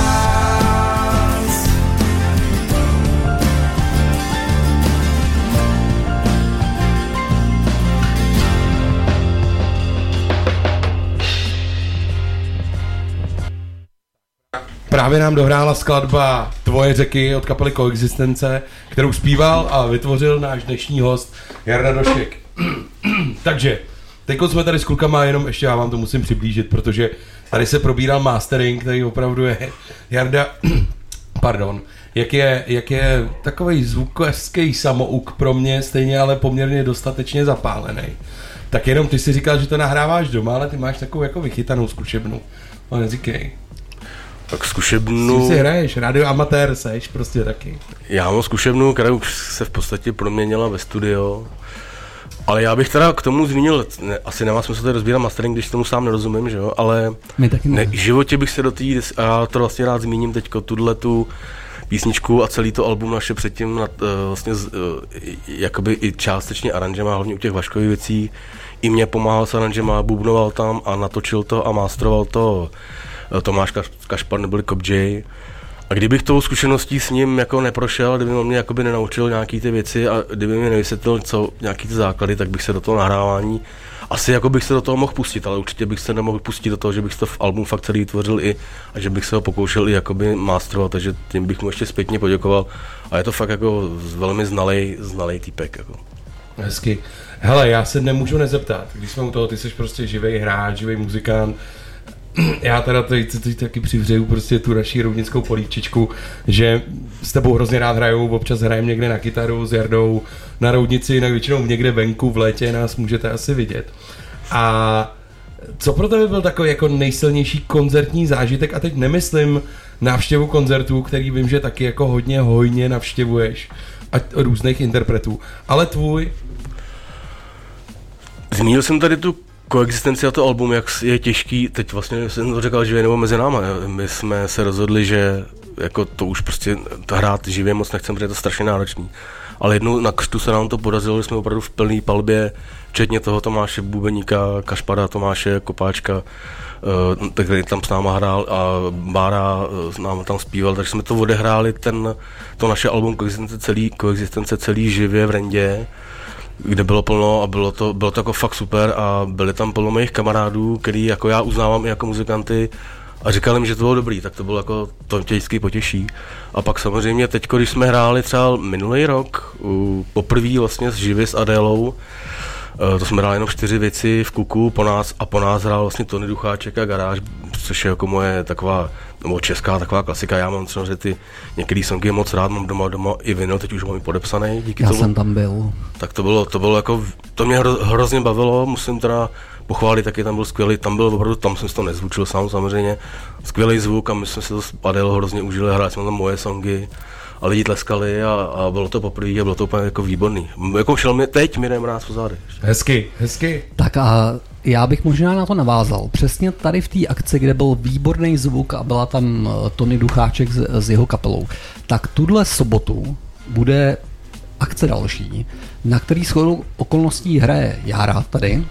nás. Právě nám dohrála skladba Tvoje řeky od kapely Koexistence, kterou zpíval a vytvořil náš dnešní host Jarda Došek. Takže Teď jsme tady s klukama, jenom ještě já vám to musím přiblížit, protože tady se probíral mastering, který opravdu je Jarda, pardon, jak je, jak je takovej zvukařský samouk pro mě, stejně ale poměrně dostatečně zapálený. Tak jenom ty si říkal, že to nahráváš doma, ale ty máš takovou jako vychytanou zkušebnu. No neříkej. Tak zkušebnu... Ty si hraješ, radio amatér seš prostě taky. Já mám zkušebnu, která už se v podstatě proměnila ve studio. Ale já bych teda k tomu zmínil, ne, asi nemá smysl tady rozbírat mastering, když tomu sám nerozumím, že jo, ale My taky ne. ne, v životě bych se do té, a já to vlastně rád zmíním teďko, tuto písničku a celý to album naše předtím nad, uh, vlastně z, uh, jakoby i částečně aranžema, hlavně u těch Vaškových věcí, i mě pomáhal s aranžema, bubnoval tam a natočil to a masteroval to uh, Tomáš Kašpar neboli Kop J. A kdybych tou zkušeností s ním jako neprošel, kdyby mě jakoby nenaučil nějaký ty věci a kdyby mi nevysvětlil co, nějaký ty základy, tak bych se do toho nahrávání asi jako bych se do toho mohl pustit, ale určitě bych se nemohl pustit do toho, že bych to v album fakt celý tvořil i a že bych se ho pokoušel i jakoby masterovat, takže tím bych mu ještě zpětně poděkoval a je to fakt jako velmi znalej, znalej týpek. Jako. Hezky. Hele, já se nemůžu nezeptat, když jsme u toho, ty jsi prostě živej hráč, živej muzikant. Já teda teď, teď taky přivřeju prostě tu naši roudnickou polívčičku, že s tebou hrozně rád hraju, občas hrajem někde na kytaru s Jardou na roudnici, jinak většinou někde venku v létě nás můžete asi vidět. A co pro tebe byl takový jako nejsilnější koncertní zážitek, a teď nemyslím návštěvu koncertů, který vím, že taky jako hodně hojně navštěvuješ a různých interpretů, ale tvůj? Zmínil jsem tady tu koexistenci a to album, jak je těžký, teď vlastně jsem to říkal živě nebo mezi náma, my jsme se rozhodli, že jako to už prostě hrát živě moc nechcem, protože je to strašně náročný. Ale jednou na křtu se nám to podařilo, že jsme opravdu v plný palbě, včetně toho Tomáše Bubeníka, Kašpara, Tomáše Kopáčka, který tam s náma hrál a Bára s náma tam zpíval, takže jsme to odehráli, ten, to naše album Koexistence celý, Koexistence celý živě v Rendě, kde bylo plno a bylo to, bylo to jako fakt super a byli tam plno mých kamarádů, který jako já uznávám i jako muzikanty a říkali mi, že to bylo dobrý, tak to bylo jako, to tě vždycky potěší. A pak samozřejmě teď, když jsme hráli třeba minulý rok, poprvé vlastně s živě s Adélou, to jsme hráli jenom čtyři věci v Kuku po nás a po nás hrál vlastně Tony Ducháček a Garáž, což je jako moje taková, nebo česká taková klasika, já mám třeba, že ty některý songy moc rád, mám doma doma i vinyl, teď už mám i podepsaný díky já tomu. Já jsem tam byl. Tak to bylo, to bylo jako, to mě hro, hrozně bavilo, musím teda pochválit, taky tam byl skvělý, tam byl opravdu, tam jsem si to nezvučil sám samozřejmě, skvělý zvuk a my jsme si to s Adélou hrozně užili, hráli jsme tam moje songy. A lidi tleskali a, a bylo to poprvé a bylo to úplně jako výborný. Jako šel mi, teď mi jdem rád po zády. Hezky, hezky. Tak a já bych možná na to navázal. Přesně tady v té akci, kde byl výborný zvuk a byla tam Tony Ducháček s, s jeho kapelou, tak tuhle sobotu bude akce další, na který shodou okolností hraje Jára tady.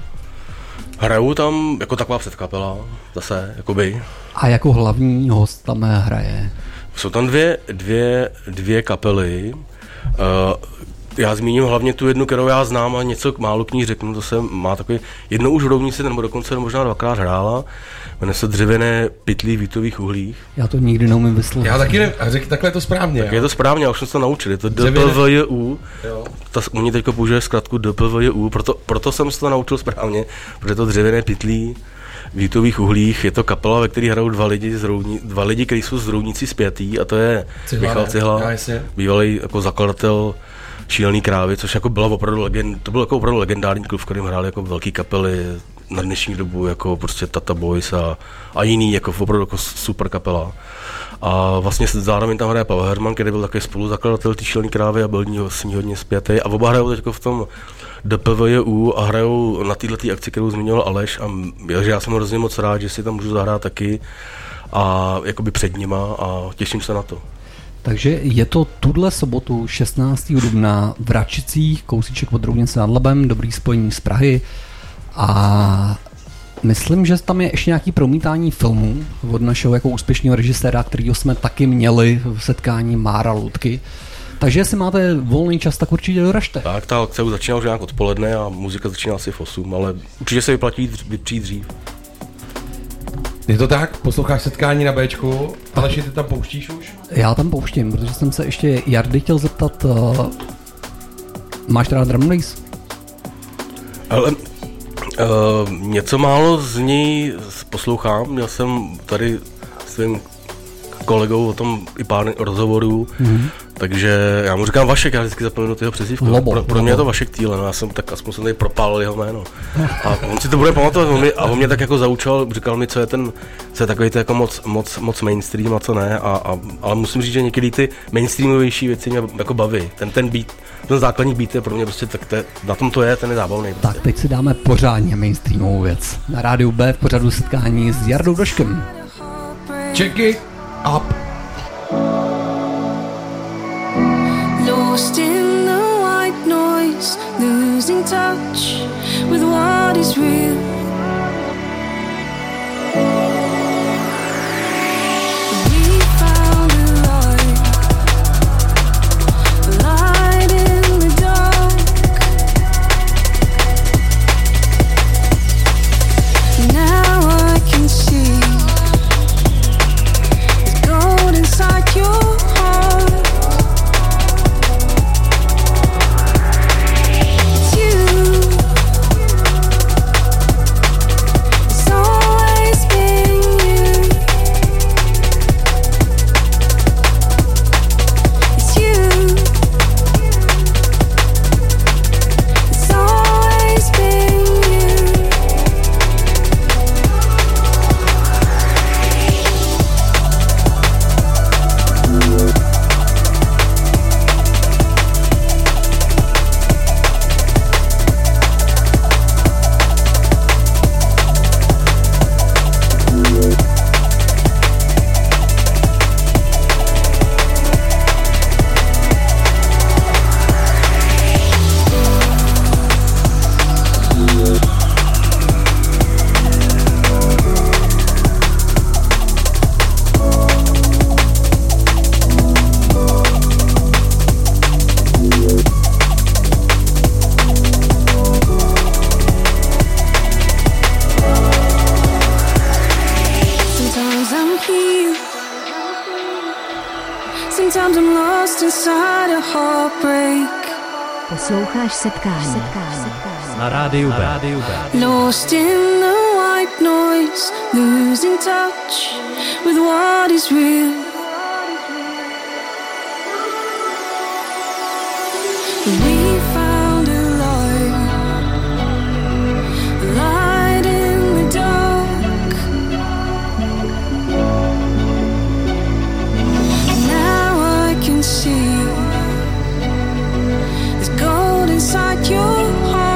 Hraju tam jako taková předkapela, zase, jakoby. A jako hlavní host tam hraje. Jsou tam dvě, dvě, dvě kapely. Uh, já zmíním hlavně tu jednu, kterou já znám a něco málo k ní řeknu. To se má takový, jednou už v Roudnici, nebo dokonce možná dvakrát hrála. Jmenuje se Dřevěné pytlí v vítových uhlích. Já to nikdy neumím vyslovit. Já taky ne, a řek, takhle je to správně. Tak jo? Je to správně, já už jsem se to naučil. Je to D P V J U. Ta, oni teď použije zkratku D P V J U, proto, proto jsem se to naučil správně, protože to Dřevěné pytlí v vítových uhlích, je to kapela, ve které hrajou dva lidi, z Roudni, dva lidi, kteří jsou z Roudnicí spjatý, a to je Cihla, Michal Cihla, bývalý jako zakladatel Šílený krávy, což jako byla opravdu legend, to byl jako opravdu legendární klub, v kterém hráli jako velký kapely na dnešní dobu, jako prostě Tata Boys a, a jiný, jako opravdu jako super kapela. A vlastně zároveň tam hraje Pavel Herman, který byl také spoluzakladatel té Šílený krávy a byl s ní hodně spjatý, a oba hrajou teď v tom D P V J U a hrajou na této akci, kterou zmiňoval Aleš, a já, já jsem hrozně moc rád, že si tam můžu zahrát taky a jakoby před nima a těším se na to. Takže je to tuhle sobotu šestnáctého dubna v Račicích, kousíček od Roudnice nad Labem, dobrý spojení z Prahy, a myslím, že tam je ještě nějaký promítání filmů od našeho jako úspěšného režiséra, kterýho jsme taky měli v setkání Mára Ludky. Takže jestli máte volný čas, tak určitě doražte. Tak, ta akce už začíná už nějak odpoledne a muzika začíná asi v osm, ale určitě se vyplatí přijít dřív. Je to tak? Posloucháš setkání na Bčku, ale ty tam pouštíš už? Já tam pouštím, protože jsem se ještě Jardy chtěl zeptat, uh, máš teda drum and bass? Ale Uh, něco málo z ní poslouchám, měl jsem tady s svým kolegou o tom i pár rozhovorů, mm-hmm. takže já mu říkám Vašek, já vždycky zapomenu jeho přezdívku. Lobo, pro, pro Lobo. mě je to Vašek Týlen, já jsem tak aspoň jsem tady propálil jeho jméno. A on si to bude pamatovat, on mi, a on mě tak jako zaučal, říkal mi, co je ten, co je takový to jako moc, moc, moc mainstream a co ne, a, a, ale musím říct, že někdy ty mainstreamovější věci mě jako baví, ten, ten beat, ten základní beat je pro mě prostě, tak te, na tom to je, ten je zábavný. Prostě. Tak teď si dáme pořádně mainstreamovou věc. Na rádiu B v pořadu setkání s Jardou Doškem. Check it up. Lost in the white noise, losing touch with what is real. We found a light, a light in the dark. Now I can see there's gold inside your heart. Sometimes I'm lost inside a heartbreak. Posloucháš setkání. Na rádiu B. Rádiu B. Lost in the white noise, losing touch with what is real. We found a light, a light in the dark. Now I can see there's gold inside your heart.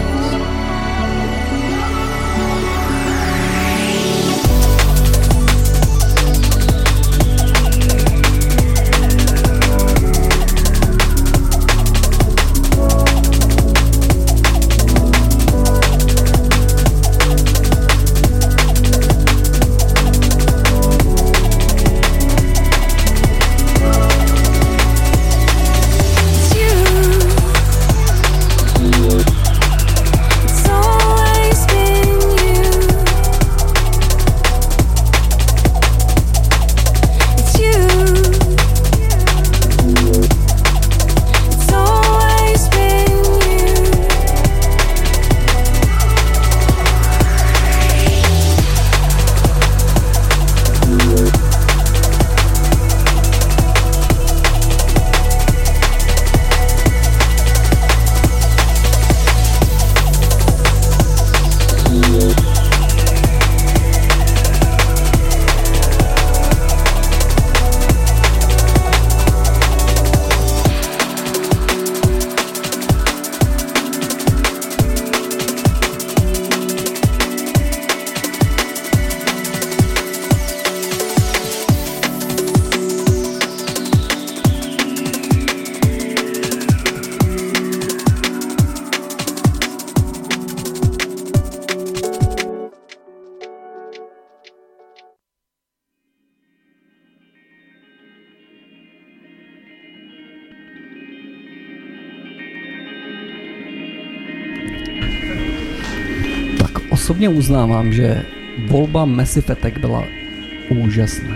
Osobně uznávám, že volba Massive Attack byla úžasná.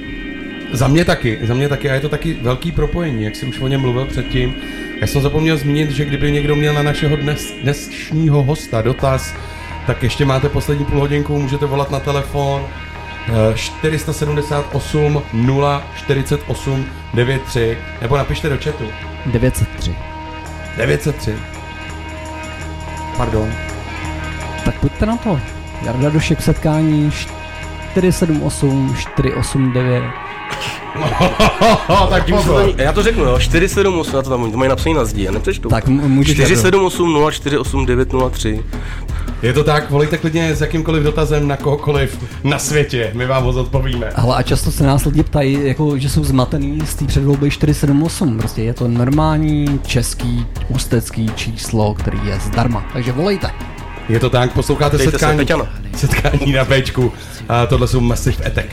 Za mě taky, za mě taky a je to taky velký propojení, jak jsi už o něm mluvil předtím. Já jsem zapomněl zmínit, že kdyby někdo měl na našeho dnes, dnešního hosta dotaz tak ještě máte poslední půl hodinku, můžete volat na telefon čtyři sedm osm nula čtyřicet osm devět tři nebo napište do chatu. devět set tři. devět set tři. Pardon. Tak pojďte na to. Jarda Došek v setkání čtyři sedm osm čtyři osm devět. Tak to, já to řeknu, jo, čtyři sedm osm, já to tam to mají napsaný na zdi, já nepřečtu. Tak můžeš. čtyři sedm osm nula čtyři osm devět nula tři. Je to tak, volejte klidně s jakýmkoliv dotazem na kohokoliv na světě, my vám ho zodpovíme. Ale a často se nás lidi ptají, jako, že jsou zmatený z té předvolby čtyři sedm osm, prostě je to normální český ústecký číslo, který je zdarma, takže volejte. Je to tak, posloucháte Dejte setkání, se, setkání na Bčku a tohle jsou Massive Attack.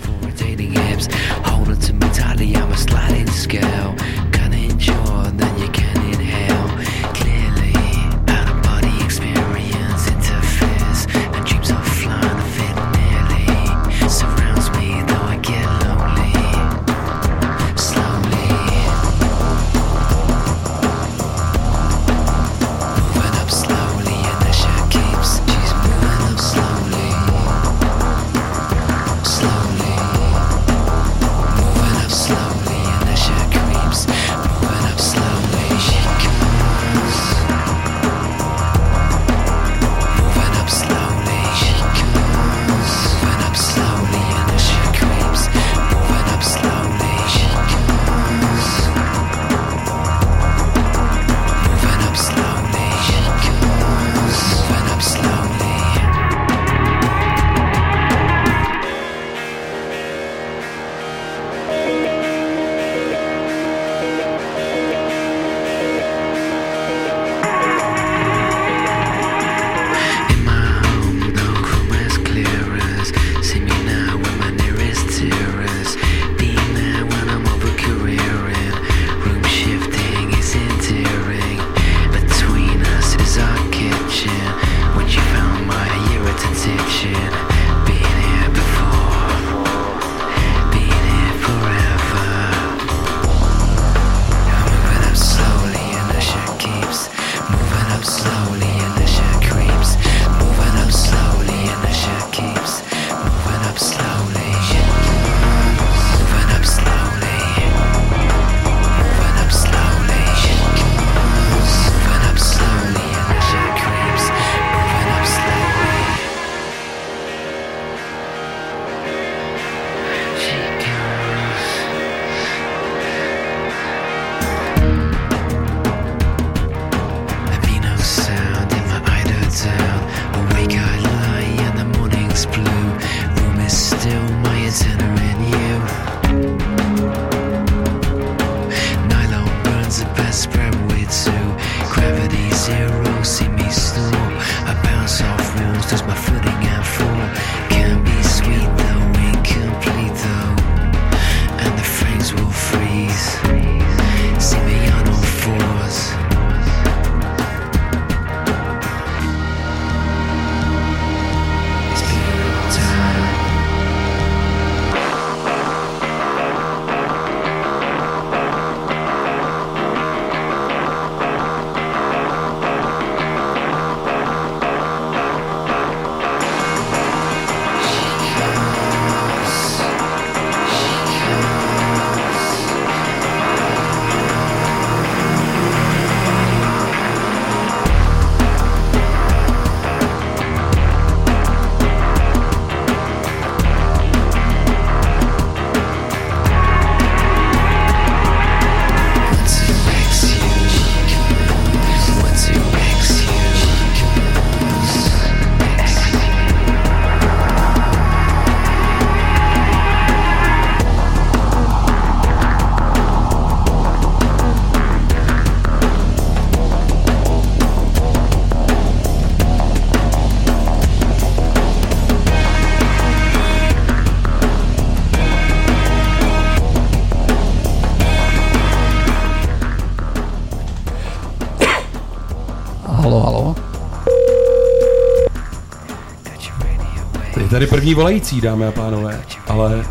Tady první volající, dámy a pánové, ale...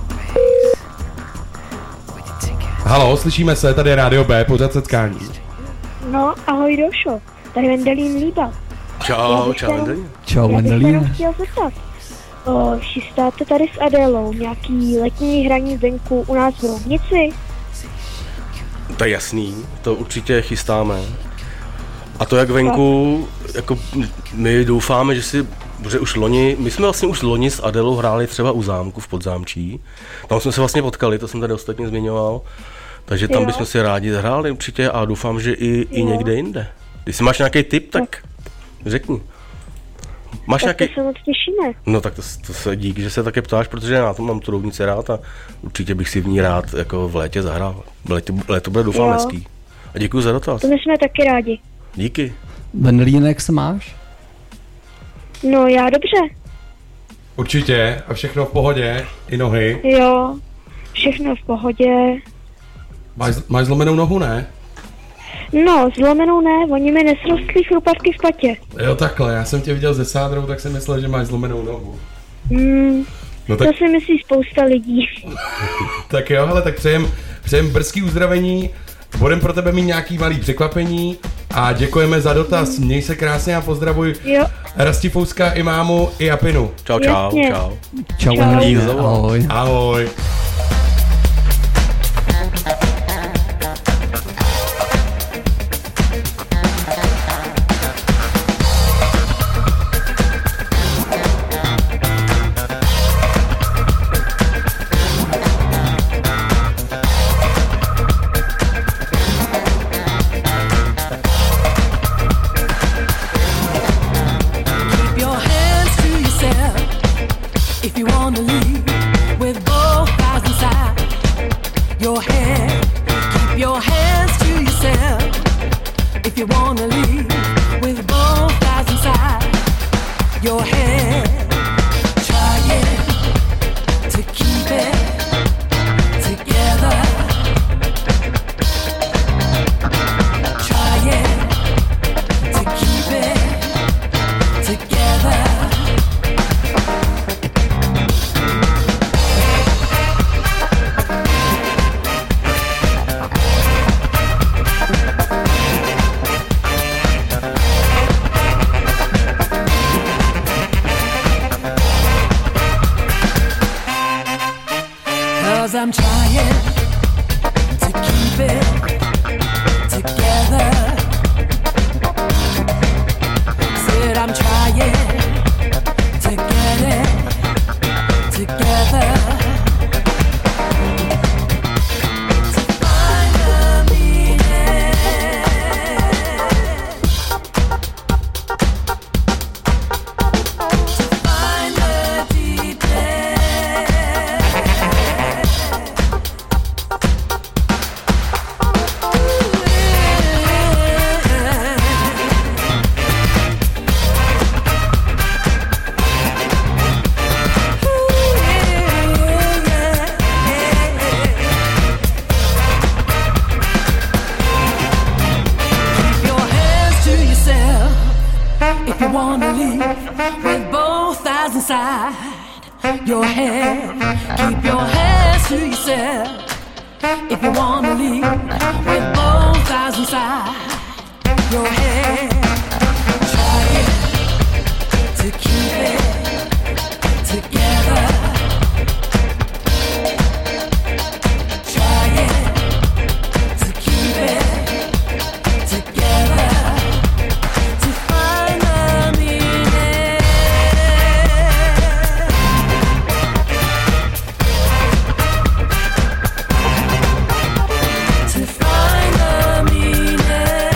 Haló, slyšíme se, tady je Rádio B, pořad setkání. No, ahoj Došo, tady Vendelín Líba. Čau, čau, Vendelíne. Čau, Já bych se Vendelíne. jenom chtěl zeptat. O, chystáte tady s Adélou nějaký letní hraní venku u nás v Roudnici? To je jasný, to určitě chystáme. A to jak venku, jako my doufáme, že si, že už loni, my jsme vlastně už loni s Adelou hráli třeba u zámku v Podzámčí. Tam jsme se vlastně potkali, to jsem tady ostatně zmiňoval. Takže tam Jo. bychom si rádi hráli určitě a doufám, že i, i někde jinde. Když si máš nějaký tip, tak řekni. Máš Tak nějaký... to se moc těšíme. No tak to, to se díky, že se také ptáš, protože já na to mám tu Roudnici rád a určitě bych si v ní rád jako v létě zahrál. Léto, léto bude doufám Jo. hezký. A děkuji za dotaz. To my jsme taky rádi. Díky. Vendelíne, jak se máš? No já dobře. Určitě a všechno v pohodě, i nohy. Jo, všechno v pohodě. Máš, máš zlomenou nohu, ne? No, zlomenou ne, oni mi nesrostly chrupavky v patě. Jo, takhle, já jsem tě viděl ze sádrou, tak jsem myslel, že máš zlomenou nohu. Hmm, No to tak, si myslí spousta lidí. tak jo, hele, tak přejem, přejem brzký uzdravení, budem pro tebe mít nějaký malý překvapení a děkujeme za dotaz. Měj se krásně a pozdravuj Jo, Rasti Fouska, i mámu, i Apinu. Čau, čau, Jasně. čau. Čau, Čau. Vendelíne, Díky za ahoj. Ahoj. Keep your hands to yourself if you want to leave with both eyes inside your head. Keep your hands to yourself if you want to leave with both eyes inside your head. Trying to keep it together. Trying to keep it together. Cause I'm trying to keep it together. Said I'm trying to get it together. To find the meaning. To find the deepness. Keep your hands to yourself if you wanna leave with both eyes inside your head. Keep your hands to yourself if you wanna leave with both eyes inside your head. Trying to keep it together. Trying to keep it together. To find the meaning. To find the meaning.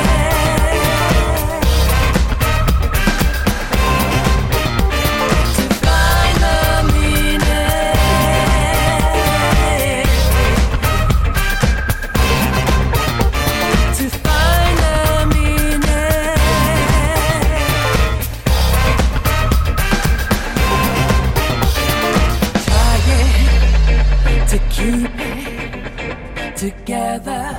To find the meaning. To find the meaning. Trying to keep it together.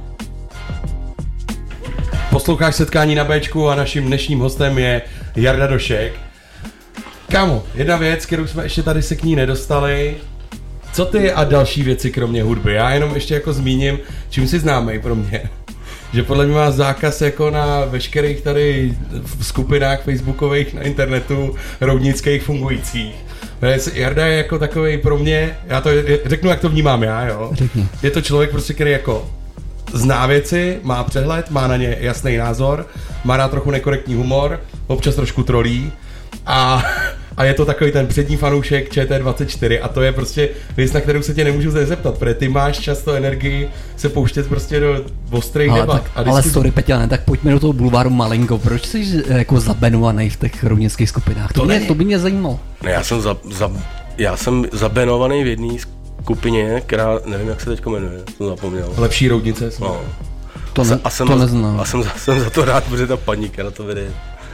Posloucháš Setkání na Béčku a naším dnešním hostem je Jarda Došek. Kámo, jedna věc, kterou jsme ještě tady se k ní nedostali. Co ty a další věci kromě hudby? Já jenom ještě jako zmíním, čím si známej pro mě. že podle mě má zákaz jako na veškerých tady skupinách facebookových na internetu roudnických fungujících. Jarda je jako takovej pro mě, já to řeknu, jak to vnímám já, jo. Řekni. Je to člověk prostě, který jako zná věci, má přehled, má na ně jasný názor, má rád trochu nekorektní humor, občas trošku trolí a, a je to takový ten přední fanoušek Č T dvacet čtyři a to je prostě věc, na kterou se tě nemůžu zeptat, protože ty máš často energii se pouštět prostě do ostrých ale debat. Tak, a ale sorry Peťane, tak pojďme do toho bulváru malinko, proč jsi jako zabenovaný v těch roudnických skupinách? To, to, mě, to by mě zajímalo. Ne, já jsem, za, za, já jsem zabenovaný v jedné skupině, která, nevím jak se teďko jmenuje, jsem zapomněl. Lepší roudnice? No. To, ne, a jsem, to neznám. A jsem, jsem za to rád, protože ta paní, která to vede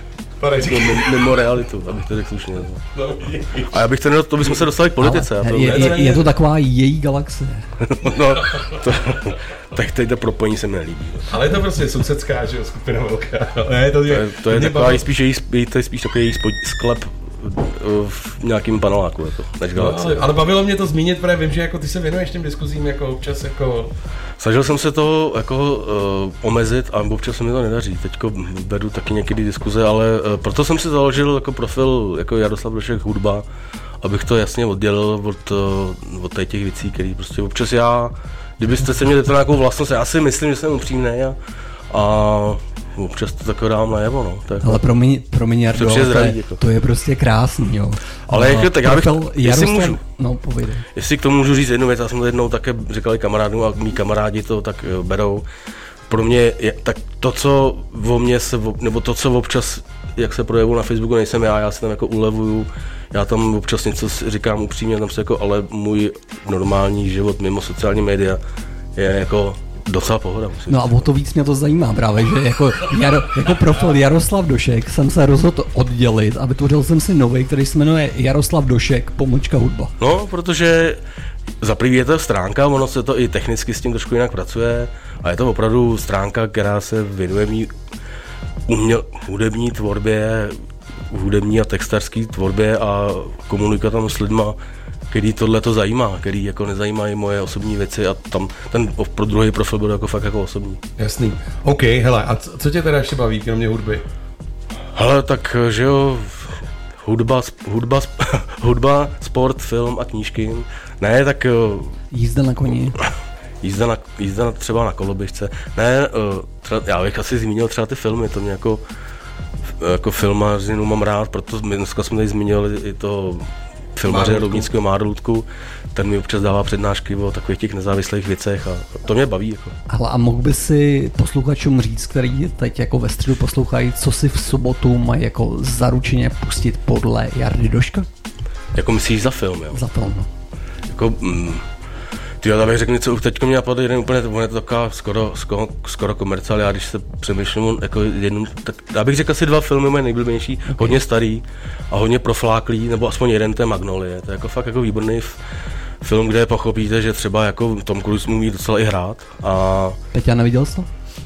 mimo realitu, abych to řekl slušně. No. A já bych to, to bychom se dostali k politice. Ale, to, je, je, je to taková její galaxie. No, to, tak teď to propojení se mi nelíbí. Ale je to prostě sousedská, že jo, skupina velká. Ne, to, je, to je, to je taková spíš její, to je spíš takový její sklep v nějakým paneláku, jako, než galaxie. No, ale, ale bavilo mě to zmínit, protože vím, že jako ty se věnuješ těm diskuzím jako občas jako... Snažil jsem se to jako uh, omezit a občas se mi to nedaří. Teďko vedu taky někdy diskuze, ale uh, proto jsem si založil jako profil jako Jaroslav Došek hudba, abych to jasně oddělil od, uh, od těch věcí, které prostě občas já, kdybyste se měli to nějakou vlastnost, já si myslím, že jsem upřímnej a, a občas to takové dám najevo, no. To je ale promiň, promiň Jardo, to, to, je, to je prostě krásný, jo. Ale no, jak, tak já bych, jestli můžu, no, povědej. Jestli k tomu můžu říct jednu věc, já jsem to jednou také říkali kamarádům a mý kamarádi to tak berou. Pro mě je, tak to, co o mě se, nebo to, co občas, jak se projevu na Facebooku, nejsem já, já se tam jako ulevuju, já tam občas něco říkám upřímně, tam se jako, ale můj normální život mimo sociální média je jako docela pohoda. Musím. No a o to víc mě to zajímá právě, že jako, Jaro, jako profil Jaroslav Došek jsem se rozhodl oddělit a vytvořil jsem si nový, který se jmenuje Jaroslav Došek, pomlčka hudba. No, protože za první je to stránka, ono se to i technicky s tím trošku jinak pracuje a je to opravdu stránka, která se věnuje mý uměl, hudební tvorbě, hudební a textařský tvorbě a komunikuje tam s lidma, který tohle to zajímá, který jako nezajímají moje osobní věci a tam ten pro druhý profil byl jako fakt jako osobní. Jasný. OK, hele, a co, co tě teda ještě baví, kromě hudby? Hele, tak, že jo, hudba, hudba, hudba, sport, film a knížky. Ne, tak... Jízda na koni. Jízda, na, jízda na, třeba na koloběžce. Ne, třeba, já bych asi zmínil třeba ty filmy, to mě jako, jako filmařinu mám rád, proto my dneska jsme tady zmínili i to filmaře Roudnického Márlutku, ten mi občas dává přednášky o takových těch nezávislých věcech a to mě baví. Jako. Hele, a mohl by si posluchačům říct, který teď jako ve středu poslouchají, co si v sobotu mají jako zaručeně pustit podle Jardy Doška? Jako myslíš za film, jo? Za film, no. Jako, mm, ty já bych řekl něco, teď mě napadl jeden úplně, to je to taková skoro, skoro, skoro komerciál, já když se přemýšlím jako jednu, tak já bych řekl asi dva filmy moje nejblíbenější, okay. Hodně starý a hodně profláklý, nebo aspoň jeden, to je Magnolie, to je jako fakt jako výborný f- film, kde pochopíte, že třeba jako Tom Cruise umí docela i hrát a... Peťa, neviděl jsi to?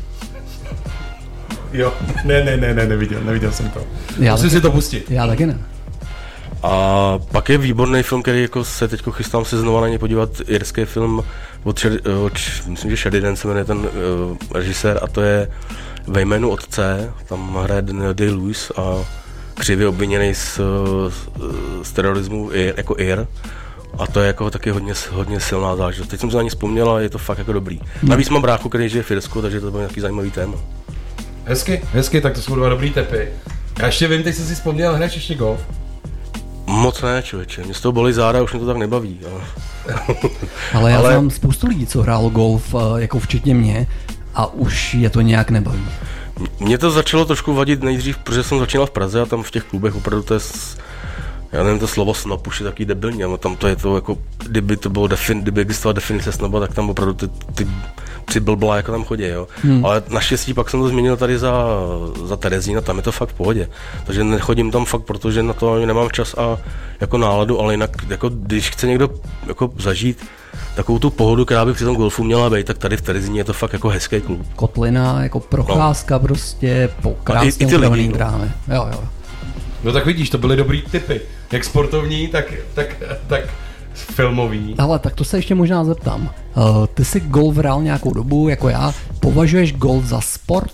Jo, ne, ne, ne, ne, neviděl, neviděl jsem to. Já Musím taky, si to pustit. Já taky ne. A pak je výborný film, který jako se teď chystám se znova na ně podívat, irský film od, Sher- od myslím, že Sheridan se jmenuje ten uh, režisér a to je Ve jménu otce, tam hraje Daniel Day-Lewis a křivě obviněný z, z terorismu jako Ir a to je jako taky hodně, hodně silná záležitost. Teď jsem se na ní vzpomněl a je to fakt jako dobrý. Navíc mám bráchu, který žije v Irsku, takže to byl nějaký zajímavý téma. Hezky, hezky, tak to jsou dva dobrý tepy. Já ještě vím, teď jsem si vzpomněl, hraješ ještě golf? Moc ne, člověče, mě z toho bolí záda, už mě to tak nebaví. Ale, ale já ale... znám spoustu lidí, co hrálo golf, jako včetně mě, a už je to nějak nebaví. Mě to začalo trošku vadit nejdřív, protože jsem začínal v Praze a tam v těch klubech opravdu to je, já nevím, to slovo snob už je taky debilní, ale tam to je to jako, kdyby to bylo, defin, kdyby existovala definice snoba, tak tam opravdu ty, ty přiblblá jako tam chodí, jo. Hmm. Ale naštěstí pak jsem to změnil tady za, za Terezín a tam je to fakt v pohodě. Takže nechodím tam fakt, protože na to nemám čas a jako náladu, ale jinak, jako když chce někdo jako zažít takovou tu pohodu, která by při tom golfu měla být, tak tady v Terezíně je to fakt jako hezký klub. Kotlina, jako procházka no. Prostě po krásně upraveným drámě. Jo, jo. No tak vidíš, to byly dobrý tipy. Jak sportovní, tak, tak, tak filmový. Ale tak to se ještě možná zeptám. Uh, ty jsi golf hrál nějakou dobu, jako já. Považuješ golf za sport?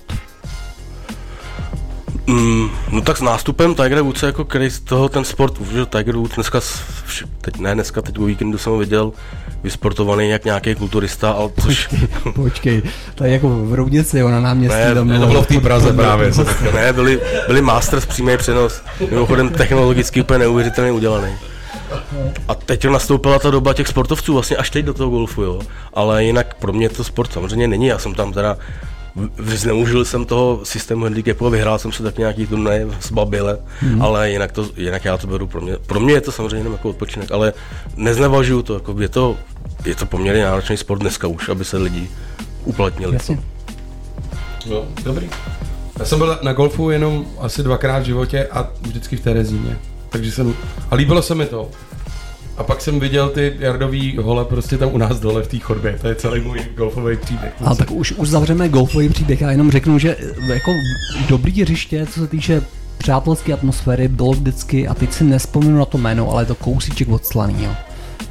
Mm, no tak s nástupem Tiger Woods, jako který z toho ten sport, že Tiger Woods dneska, teď ne dneska, teď o víkendu jsem ho viděl, vysportovaný jak nějaký kulturista, ale což... Počkej, počkej, to je jako v Roudnici, jo, na náměstí. Ne, tam to bylo v té Praze právě. Ne, byli, byli Masters přímý přenos, mimochodem technologicky úplně neuvěřitelně udělaný. A teď nastoupila ta doba těch sportovců vlastně až teď do toho golfu, jo. Ale jinak pro mě to sport samozřejmě není, já jsem tam teda zneužil jsem toho systému handicapu a vyhrál jsem se tak nějaký turnaj z Babile, hmm. ale jinak, to, jinak já to beru pro mě. Pro mě je to samozřejmě jenom jako odpočinek, ale neznevažuju to, jako je to, je to poměrně náročný sport dneska už, aby se lidi uplatnili. Jasně. No, dobrý. Já jsem byl na golfu jenom asi dvakrát v životě a vždycky v Terezíně, takže jsem, a líbilo se mi to. A pak jsem viděl ty jardový hole prostě tam u nás dole v té chodbě, to je celý můj golfový příběh. A tak už, už zavřeme golfový příběh, já jenom řeknu, že jako dobrý hřiště, co se týče přátelské atmosféry, bylo vždycky, a teď si nespomenu na to jméno, ale je to kousíček od Slaný, jo.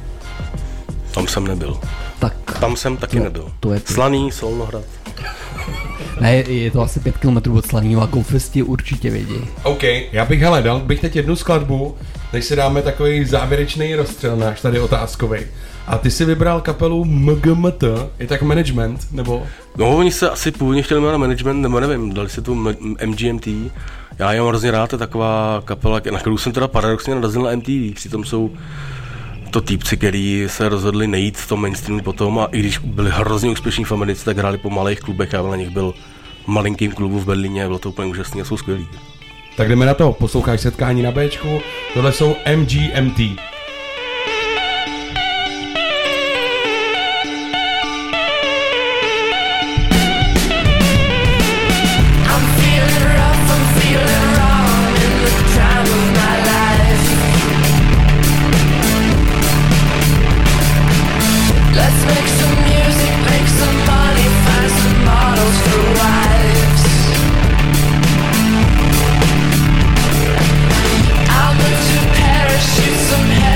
Tam jsem nebyl. Tak tam jsem taky to, nebyl. To je to. Slaný, Solnohrad. Ne, je to asi pět kilometrů od Slaného a golfisti určitě vědí. OK, já bych, hele, dal bych teď jednu skladbu, než si dáme takový závěrečný rozstřel náš tady otázkovej. A ty si vybral kapelu M G M T, je tak management, nebo? No, oni se asi původně chtěli jmenovat management, nebo nevím, dali si tu M G M T. Já je mám hrozně rád, to je taková kapela, na kterou jsem teda paradoxně narazil na M T V, přitom jsou to týpci, který se rozhodli nejít v tom mainstreamu potom a i když byli hrozně úspěšní v Americe, tak hráli po malých klubech, já na nich byl v malinkým klubu v Berlíně, bylo to úplně úžasné a jsou skvělí. Tak jdeme na to, posloucháš Setkání na Bčku, tohle jsou M G M T. Some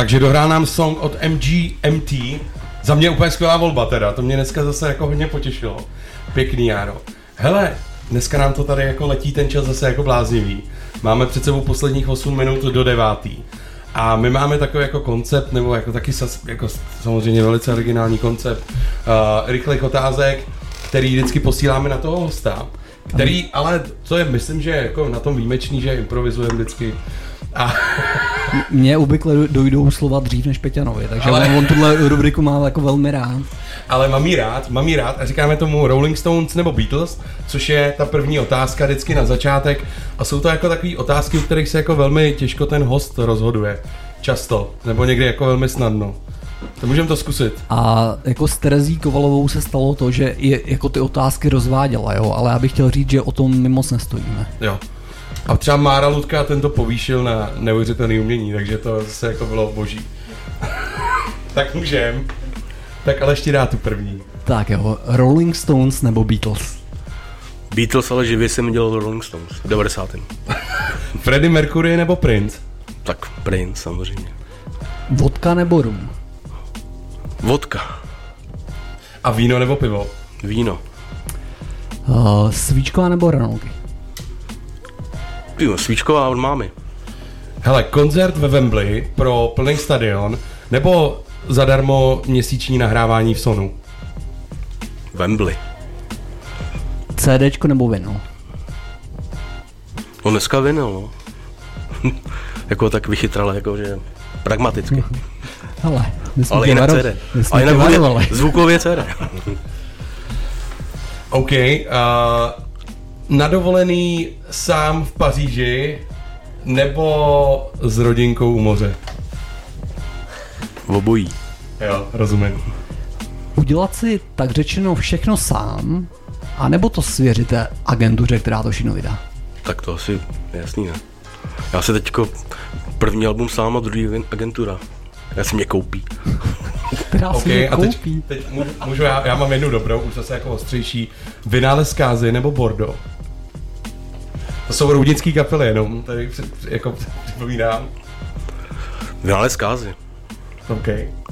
Takže dohrál nám song od M G M T. Za mě úplně skvělá volba teda, to mě dneska zase jako hodně potěšilo. Pěkný, Járo. Hele, dneska nám to tady jako letí ten čas zase jako bláznivý. Máme před sebou posledních osm minut do devátý. A my máme takový jako koncept, nebo jako taky jako samozřejmě velice originální koncept uh, rychlých otázek, který vždycky posíláme na toho hosta. Který, ale co je, myslím, že jako na tom výjimečný, že improvizujeme vždycky. A mně obvykle dojdou slova dřív než Peťanovi, takže ale on tuhle rubriku má jako velmi rád. Ale mám jí rád, mám jí rád a říkáme tomu Rolling Stones nebo Beatles, což je ta první otázka vždycky na začátek. A jsou to jako takové otázky, u kterých se jako velmi těžko ten host rozhoduje. Často, nebo někdy jako velmi snadno. To můžeme to zkusit. A jako s Terezí Kovalovou se stalo to, že je, jako ty otázky rozváděla, jo, ale já bych chtěl říct, že o tom my moc nestojíme. Jo. A třeba Mára Ludka ten to povýšil na neuvěřitelné umění, takže to zase jako bylo boží. Tak můžem. Tak ale ještě dá tu první. Tak jo, Rolling Stones nebo Beatles? Beatles, ale živě jsem dělal Rolling Stones v devadesátém Freddie Mercury nebo Prince? Tak Prince samozřejmě. Vodka nebo rum? Vodka. A víno nebo pivo? Víno. Uh, svíčková nebo hranolky? Pivo, svíčková od mámy. Hele, koncert ve Wembley pro plný stadion nebo zadarmo měsíční nahrávání v Sonu? Wembley. CDčko nebo vinyl? No dneska vinyl, no. jako tak vychytrale, jakože pragmaticky. Hele, ale jinak C D. Ale jinak bude zvukově C D. OK. Uh, na dovolený sám v Paříži nebo s rodinkou u moře? Obojí. Jo, rozumím. Udělat si tak řečeno všechno sám, anebo to svěříte agentuře, která to všechno vydá? Tak to asi jasný, ne? Já si teďko první album sám a druhý agentura. Já si mě koupí. Která si okay, mě a koupí. teď, teď můžu, já, já mám jednu dobrou, už zase jako ostřejší. Vynález zkázy nebo Bordeaux? To jsou roudnický kapely, jenom tady jako připomínám. Vynález zkázy. OK.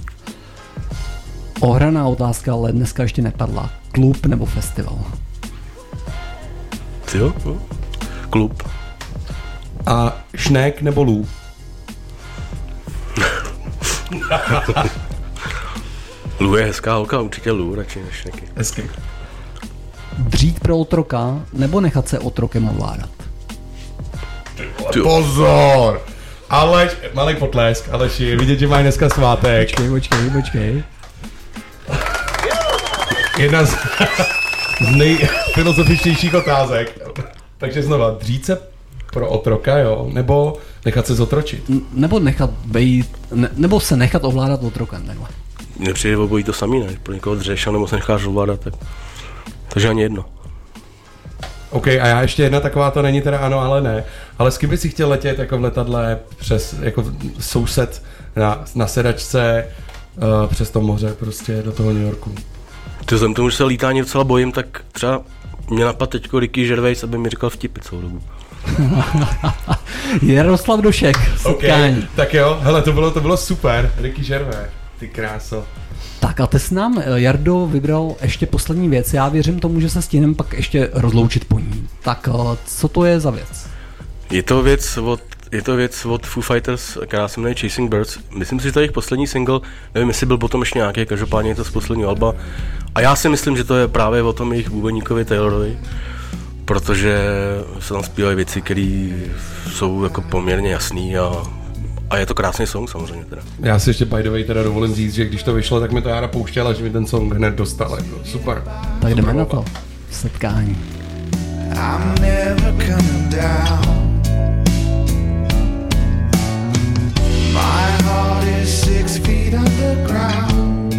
Ohraná otázka, ale dneska ještě nepadla. Klub nebo festival? Jo, no. Klub. A šnek nebo lů? Lů je hezká holka, určitě lů, radši než šneky. Hezky. Dřít pro otroka nebo nechat se otrokem ovládat? Pozor! Aleš, malý potlesk, Aleši, vidět, že máš dneska svátek. Počkej, počkej, počkej. Jedna z, z nejfilozofičtějších otázek. Takže znova, dřít se pro otroka, jo? Nebo nechat se zotročit? N- nebo nechat bejt, ne, nebo se nechat ovládat otrokem, takhle. Mně přijde obojí to samý, ne? Pro někoho dřeš, nebo se necháš ovládat, tak... Takže ani jedno. OK, a já ještě jedna taková, to není teda ano, ale ne. Ale s kým by si chtěl letět jako v letadle přes, jako soused na, na sedačce uh, přes to moře prostě do toho New Yorku? Ty vzhledem tomu, že se lítání docela bojím, tak třeba mě napadl teďko Ricky Gervais, aby mi říkal vtipy celou dobu. Jaroslav Došek, setkání. Okay, tak jo, hele, to bylo, to bylo super, Ricky Gervais, ty kráso. Tak a ty jsi nám, Jardo, vybral ještě poslední věc. Já věřím tomu, že se stihnem pak ještě rozloučit po ní. Tak co to je za věc? Je to věc od, je to věc od Foo Fighters, která se jmenuje Chasing Birds. Myslím si, že to je jejich poslední single, nevím, jestli byl potom ještě nějaký, každopádně je to z posledního alba. A já si myslím, že to je právě o tom jejich bubeníkovi Taylorovi, protože se tam zpívají věci, které jsou jako poměrně jasný a A je to krásný song samozřejmě teda. Já si ještě by the way teda dovolím říct, že když to vyšlo, tak mi to Jára pouštěla, že mi ten song hned dostal. Jako. Super. Tak jdeme na to. Setkání. I'm never coming down. My heart is six feet underground.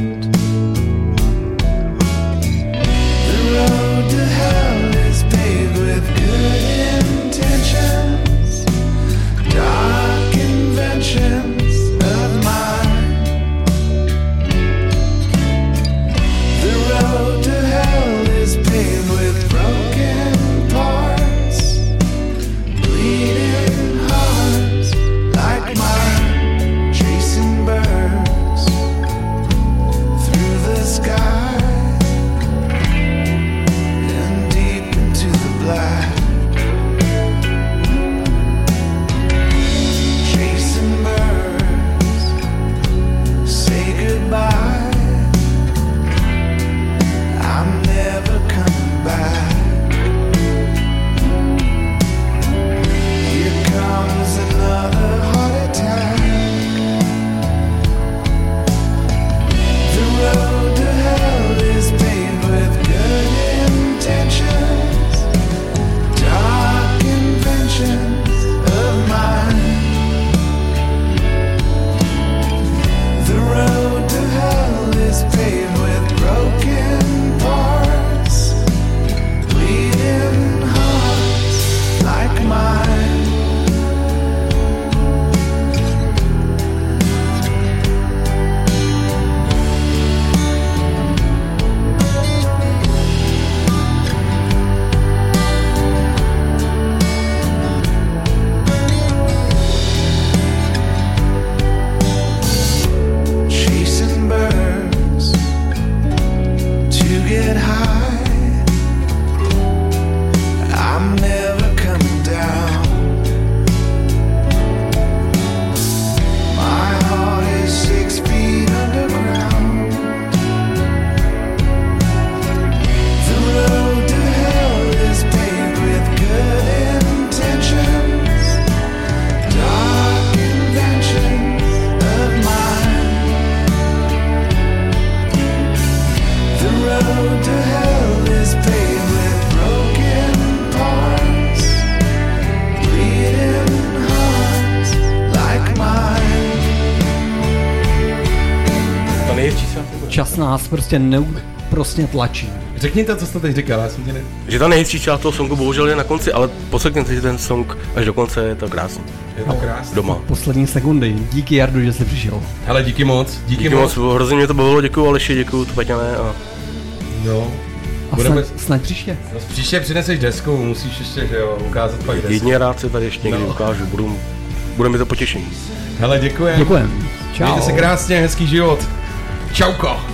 The road to hell is paved with good intentions. Dark inventions of mine. The road to hell is paved with broken parts, bleeding hearts like mine, chasing birds. nás prostě neúprostně tlačí. Řekni to, co jsi teď říkal, já jsem tě ne... Že ta nejhezčí část toho songu bohužel je na konci, ale poslechněte si ten song až do konce, je to krásný. Je to krásný. Doma. Poslední sekundy. Díky Jardu, že jsi přišel. Hele, díky moc. Díky, díky moc. moc. Hrozně mě to bavilo, děkuju Aleši, děkuju Peťané a... No. A Budeme... snad, snad příště. No, příště přineseš desku, musíš ještě, že jo, ukázat pak desku. Jedině rád si tady ještě někdy no. ukážu, budu, bude mi to potěšení. Hele, děkujem. Děkujem. Čau. Mějte se krásně, hezký život. Čauko.